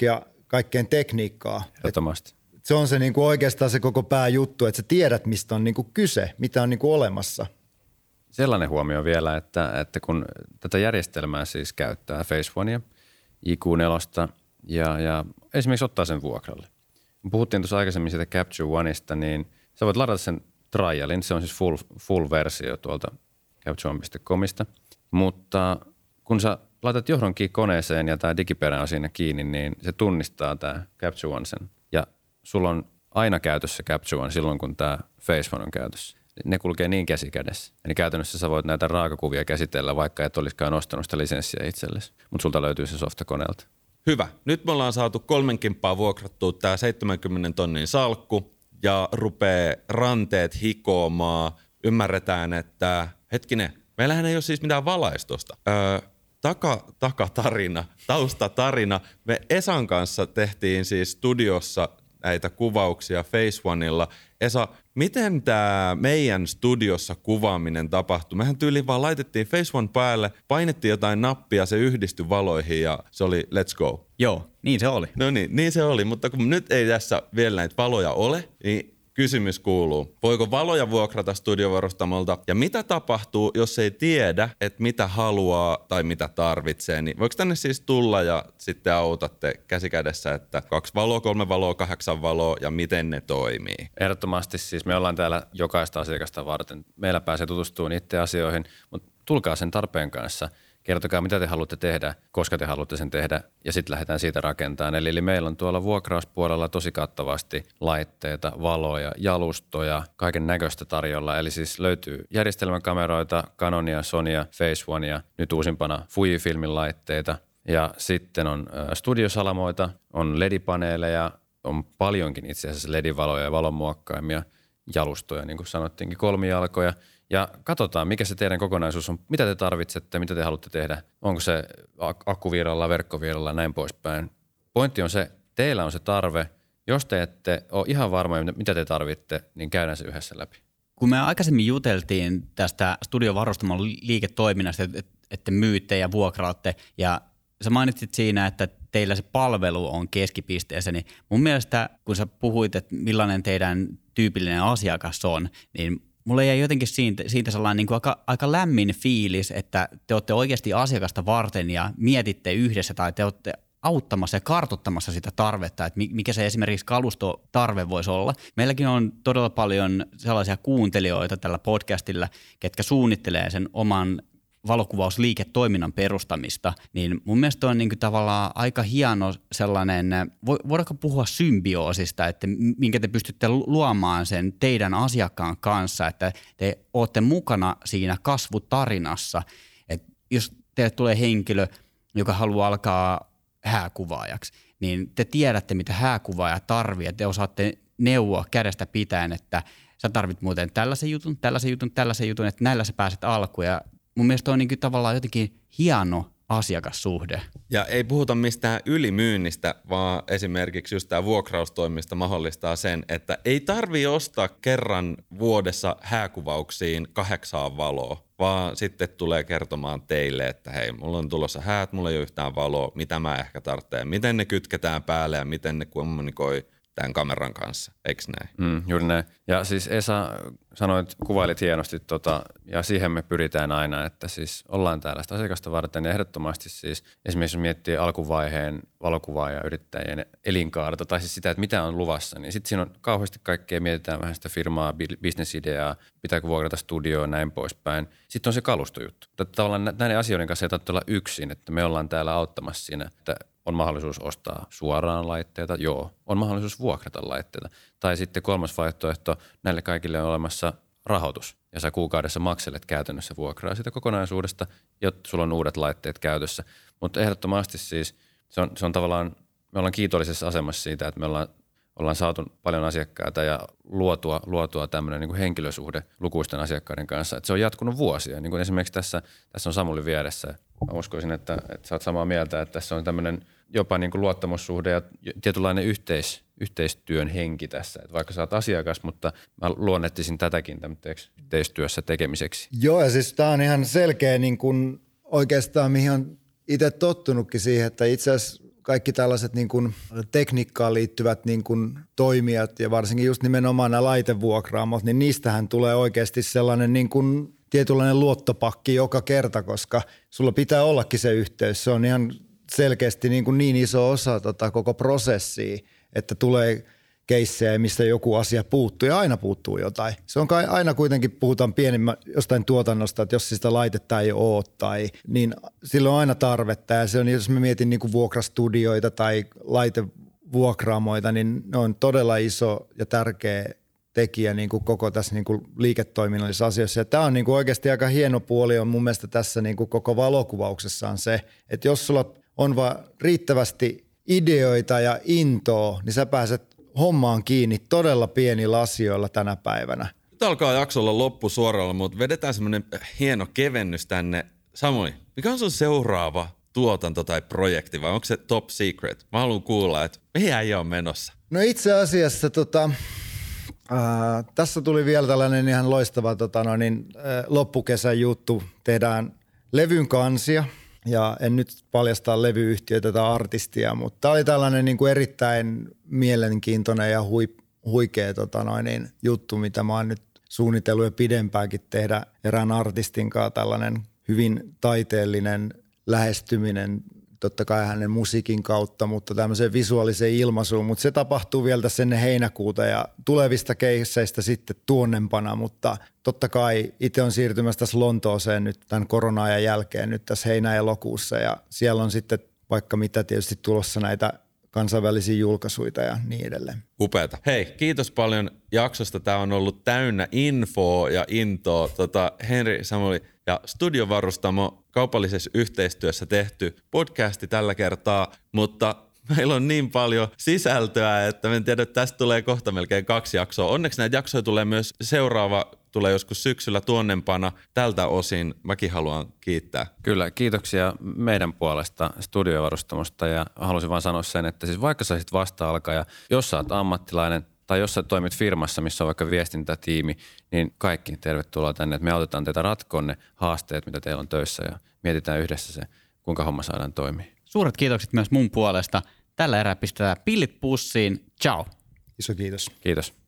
kaikkeen tekniikkaa. Ehdottomasti. Se on se niin kuin oikeastaan se koko pääjuttu, että sä tiedät, mistä on niin kuin kyse, mitä on niin kuin olemassa. Sellainen huomio vielä, että, että kun tätä järjestelmää siis käyttää Phase Onea, I Q neljä ja, ja esimerkiksi ottaa sen vuokralle. Kun puhuttiin tuossa aikaisemmin siitä Capture Oneista, niin sä voit ladata sen trialin, se on siis full, full versio tuolta capture one piste comista, mutta kun sä laitat johonkin koneeseen ja tämä digiperä on siinä kiinni, niin se tunnistaa tämä Capture One sen. Ja sulla on aina käytössä Capture One silloin, kun tämä Phase One on käytössä. Ne kulkee niin käsi kädessä. Eli käytännössä sä voit näitä raakakuvia käsitellä, vaikka et olisikaan ostanut sitä lisenssiä itsellesi. Mutta sulta löytyy se softa koneelta. Hyvä. Nyt me ollaan saatu kolmen kimppaa vuokrattua tämä seitsemänkymmenen tonnin salkku ja rupeaa ranteet hikoamaan. Ymmärretään, että hetkinen, meillähän ei ole siis mitään valaistusta. Öö, taka, takatarina, taustatarina. Me Esan kanssa tehtiin siis studiossa näitä kuvauksia Phase Onella. Esa, miten tämä meidän studiossa kuvaaminen tapahtui? Mehän tyyliin vaan laitettiin Phase One päälle, painettiin jotain nappia, se yhdistyi valoihin ja se oli let's go. Joo, niin se oli. No niin, niin se oli, mutta kun nyt ei tässä vielä näitä valoja ole, niin kysymys kuuluu, voiko valoja vuokrata studiovarustamolta ja mitä tapahtuu, jos ei tiedä, että mitä haluaa tai mitä tarvitsee, niin voiko tänne siis tulla ja sitten autatte käsikädessä, että kaksi valoa, kolme valoa, kahdeksan valoa ja miten ne toimii? Ehdottomasti siis me ollaan täällä jokaista asiakasta varten. Meillä pääsee tutustumaan itse asioihin, mutta tulkaa sen tarpeen kanssa. Kertokaa, mitä te haluatte tehdä, koska te haluatte sen tehdä ja sitten lähdetään siitä rakentamaan. Eli, eli meillä on tuolla vuokrauspuolella tosi kattavasti laitteita, valoja, jalustoja, kaiken näköistä tarjolla. Eli siis löytyy järjestelmäkameroita, Canonia, Sonya, Phase Onea, nyt uusimpana Fujifilmin laitteita. Ja sitten on ä, studiosalamoita, on L E D-paneeleja, on paljonkin itse asiassa L E D-valoja ja valonmuokkaimia, jalustoja, niin kuin sanottiinkin, kolmijalkoja. Ja katsotaan, mikä se teidän kokonaisuus on, mitä te tarvitsette, mitä te haluatte tehdä. Onko se akkuvirralla, verkkovirralla, näin poispäin. Pointti on se, teillä on se tarve. Jos te ette ole ihan varmoja, mitä te tarvitte, niin käydään se yhdessä läpi. Kun me aikaisemmin juteltiin tästä studiovarustamon liiketoiminnasta, että myytte ja vuokraatte, ja sä mainitsit siinä, että teillä se palvelu on keskipisteessä, niin mun mielestä, kun sä puhuit, että millainen teidän tyypillinen asiakas on, niin mulle jäi jotenkin siitä, siitä sellainen niin kuin aika, aika lämmin fiilis, että te olette oikeasti asiakasta varten ja mietitte yhdessä tai te olette auttamassa ja kartoittamassa sitä tarvetta, että mikä se esimerkiksi kalustotarve voisi olla. Meilläkin on todella paljon sellaisia kuuntelijoita tällä podcastilla, ketkä suunnittelee sen oman valokuvausliiketoiminnan perustamista, niin mun mielestä on niin kuin tavallaan aika hieno sellainen, voidaanko puhua symbioosista, että minkä te pystytte luomaan sen teidän asiakkaan kanssa, että te olette mukana siinä kasvutarinassa. Että jos teille tulee henkilö, joka haluaa alkaa hääkuvaajaksi, niin te tiedätte, mitä hääkuvaaja tarvitsee, te osaatte neuvoa kädestä pitäen, että sä tarvit muuten tällaisen jutun, tällaisen jutun, tällaisen jutun, että näillä sä pääset alkuun ja mun mielestä on niin kuin tavallaan jotenkin hieno asiakassuhde. Ja ei puhuta mistään ylimyynnistä, vaan esimerkiksi just tämä vuokraustoimista mahdollistaa sen, että ei tarvitse ostaa kerran vuodessa hääkuvauksiin kahdeksaan valoa, vaan sitten tulee kertomaan teille, että hei, mulla on tulossa häät, mulla ei ole yhtään valoa, mitä mä ehkä tarvitsen, miten ne kytketään päälle ja miten ne kommunikoi tämän kameran kanssa, eikö näin? Mm, juuri näin. Ja siis Esa sanoit, kuvailit hienosti tota, ja siihen me pyritään aina, että siis ollaan täällä sitä asiakasta varten ja ehdottomasti siis esimerkiksi jos miettii alkuvaiheen valokuvaaja yrittäjien elinkaarta tai siis sitä, että mitä on luvassa, niin sitten siinä on kauheasti kaikkea, mietitään vähän sitä firmaa, bisnesideaa, pitääkö vuokrata studioa näin poispäin. Sitten on se kalustojuttu. Tavallaan näiden asioiden kanssa ei tarvitse olla yksin, että me ollaan täällä auttamassa siinä, että on mahdollisuus ostaa suoraan laitteita, joo. On mahdollisuus vuokrata laitteita. Tai sitten kolmas vaihtoehto, näille kaikille on olemassa rahoitus. Ja sä kuukaudessa makselet käytännössä vuokraa siitä kokonaisuudesta, jotta sulla on uudet laitteet käytössä. Mutta ehdottomasti siis se on, se on tavallaan, me ollaan kiitollisessa asemassa siitä, että me ollaan, ollaan saatu paljon asiakkaita ja luotua, luotua tämmöinen niin kuin henkilösuhde lukuisten asiakkaiden kanssa. Että se on jatkunut vuosia. Niin kuin esimerkiksi tässä, tässä on Samuli vieressä. Mä uskoisin, että, että sä oot samaa mieltä, että tässä on tämmöinen jopa niin kuin luottamussuhde ja tietynlainen yhteis, yhteistyön henki tässä. Että vaikka sä oot asiakas, mutta mä luonnettisin tätäkin tämmöiseksi yhteistyössä tekemiseksi. Joo, ja siis tää on ihan selkeä niin kuin oikeastaan, mihin on itse tottunutkin siihen, että itse asiassa kaikki tällaiset niin kuin tekniikkaan liittyvät niin kuin toimijat ja varsinkin just nimenomaan nämä laitevuokraamot, niin niistähän tulee oikeasti sellainen niin kuin tietynlainen luottopakki joka kerta, koska sulla pitää ollakin se yhteys. Se on ihan selkeästi niin, kuin niin iso osa tota koko prosessia, että tulee keissejä, mistä joku asia puuttuu ja aina puuttuu jotain. Se on kai aina kuitenkin, puhutaan pienimmän jostain tuotannosta, että jos sitä laitetta ei ole tai niin silloin on aina tarvetta. Ja se on, jos mä mietin niin kuin vuokrastudioita tai laitevuokraamoita, niin ne on todella iso ja tärkeä tekijä niin kuin koko tässä niin kuin liiketoiminnallisessa asioissa. Ja tämä on niin kuin oikeasti aika hieno puoli on mun mielestä tässä niin kuin koko valokuvauksessa on se, että jos sulla on vaan riittävästi ideoita ja intoa, niin sä pääset hommaan kiinni todella pienillä asioilla tänä päivänä. Nyt alkaa jaksolla loppu suoralla, mutta vedetään semmoinen hieno kevennys tänne. Samuli, mikä on sun seuraava tuotanto tai projekti vai onko se top secret? Mä haluan kuulla, että mihin äijä on menossa. No itse asiassa tota, ää, tässä tuli vielä tällainen ihan loistava tota, no niin, ää, loppukesän juttu. Tehdään levyn kansia. Ja en nyt paljastaa levyyhtiötä tai artistia, mutta tämä oli tällainen niin kuin erittäin mielenkiintoinen ja hui, huikea tota noin, niin, juttu, mitä mä oon nyt suunnitellut jo pidempäänkin tehdä erään artistin kanssa tällainen hyvin taiteellinen lähestyminen, totta kai hänen musiikin kautta, mutta tämmöiseen visuaaliseen ilmaisuun, mutta se tapahtuu vielä tässä ennen heinäkuuta ja tulevista keisseistä sitten tuonnempana, mutta totta kai itse on siirtymässä tässä Lontooseen nyt tämän korona-ajan jälkeen nyt tässä heinä-elokuussa ja siellä on sitten vaikka mitä tietysti tulossa näitä kansainvälisiä julkaisuita ja niin edelleen. Upeata. Hei, kiitos paljon jaksosta. Tämä on ollut täynnä infoa ja intoa. Tota, Henri, Samuli ja Studiovarustamo kaupallisessa yhteistyössä tehty podcasti tällä kertaa, mutta meillä on niin paljon sisältöä, että en tiedä, että tästä tulee kohta melkein kaksi jaksoa. Onneksi näitä jaksoja tulee myös seuraava, tulee joskus syksyllä tuonnempana. Tältä osin mäkin haluan kiittää. Kyllä, kiitoksia meidän puolesta Studiovarustamosta ja halusin vaan sanoa sen, että siis vaikka sä olisit vasta-alkaja, jos sä oot ammattilainen tai jos sä toimit firmassa, missä on vaikka viestintätiimi, niin kaikki tervetuloa tänne, että me autetaan teitä ratkoon ne haasteet, mitä teillä on töissä ja mietitään yhdessä se, kuinka homma saadaan toimia. Suuret kiitokset myös mun puolesta. Tällä erää pistetään pillit pussiin. Ciao. Iso kiitos. Kiitos.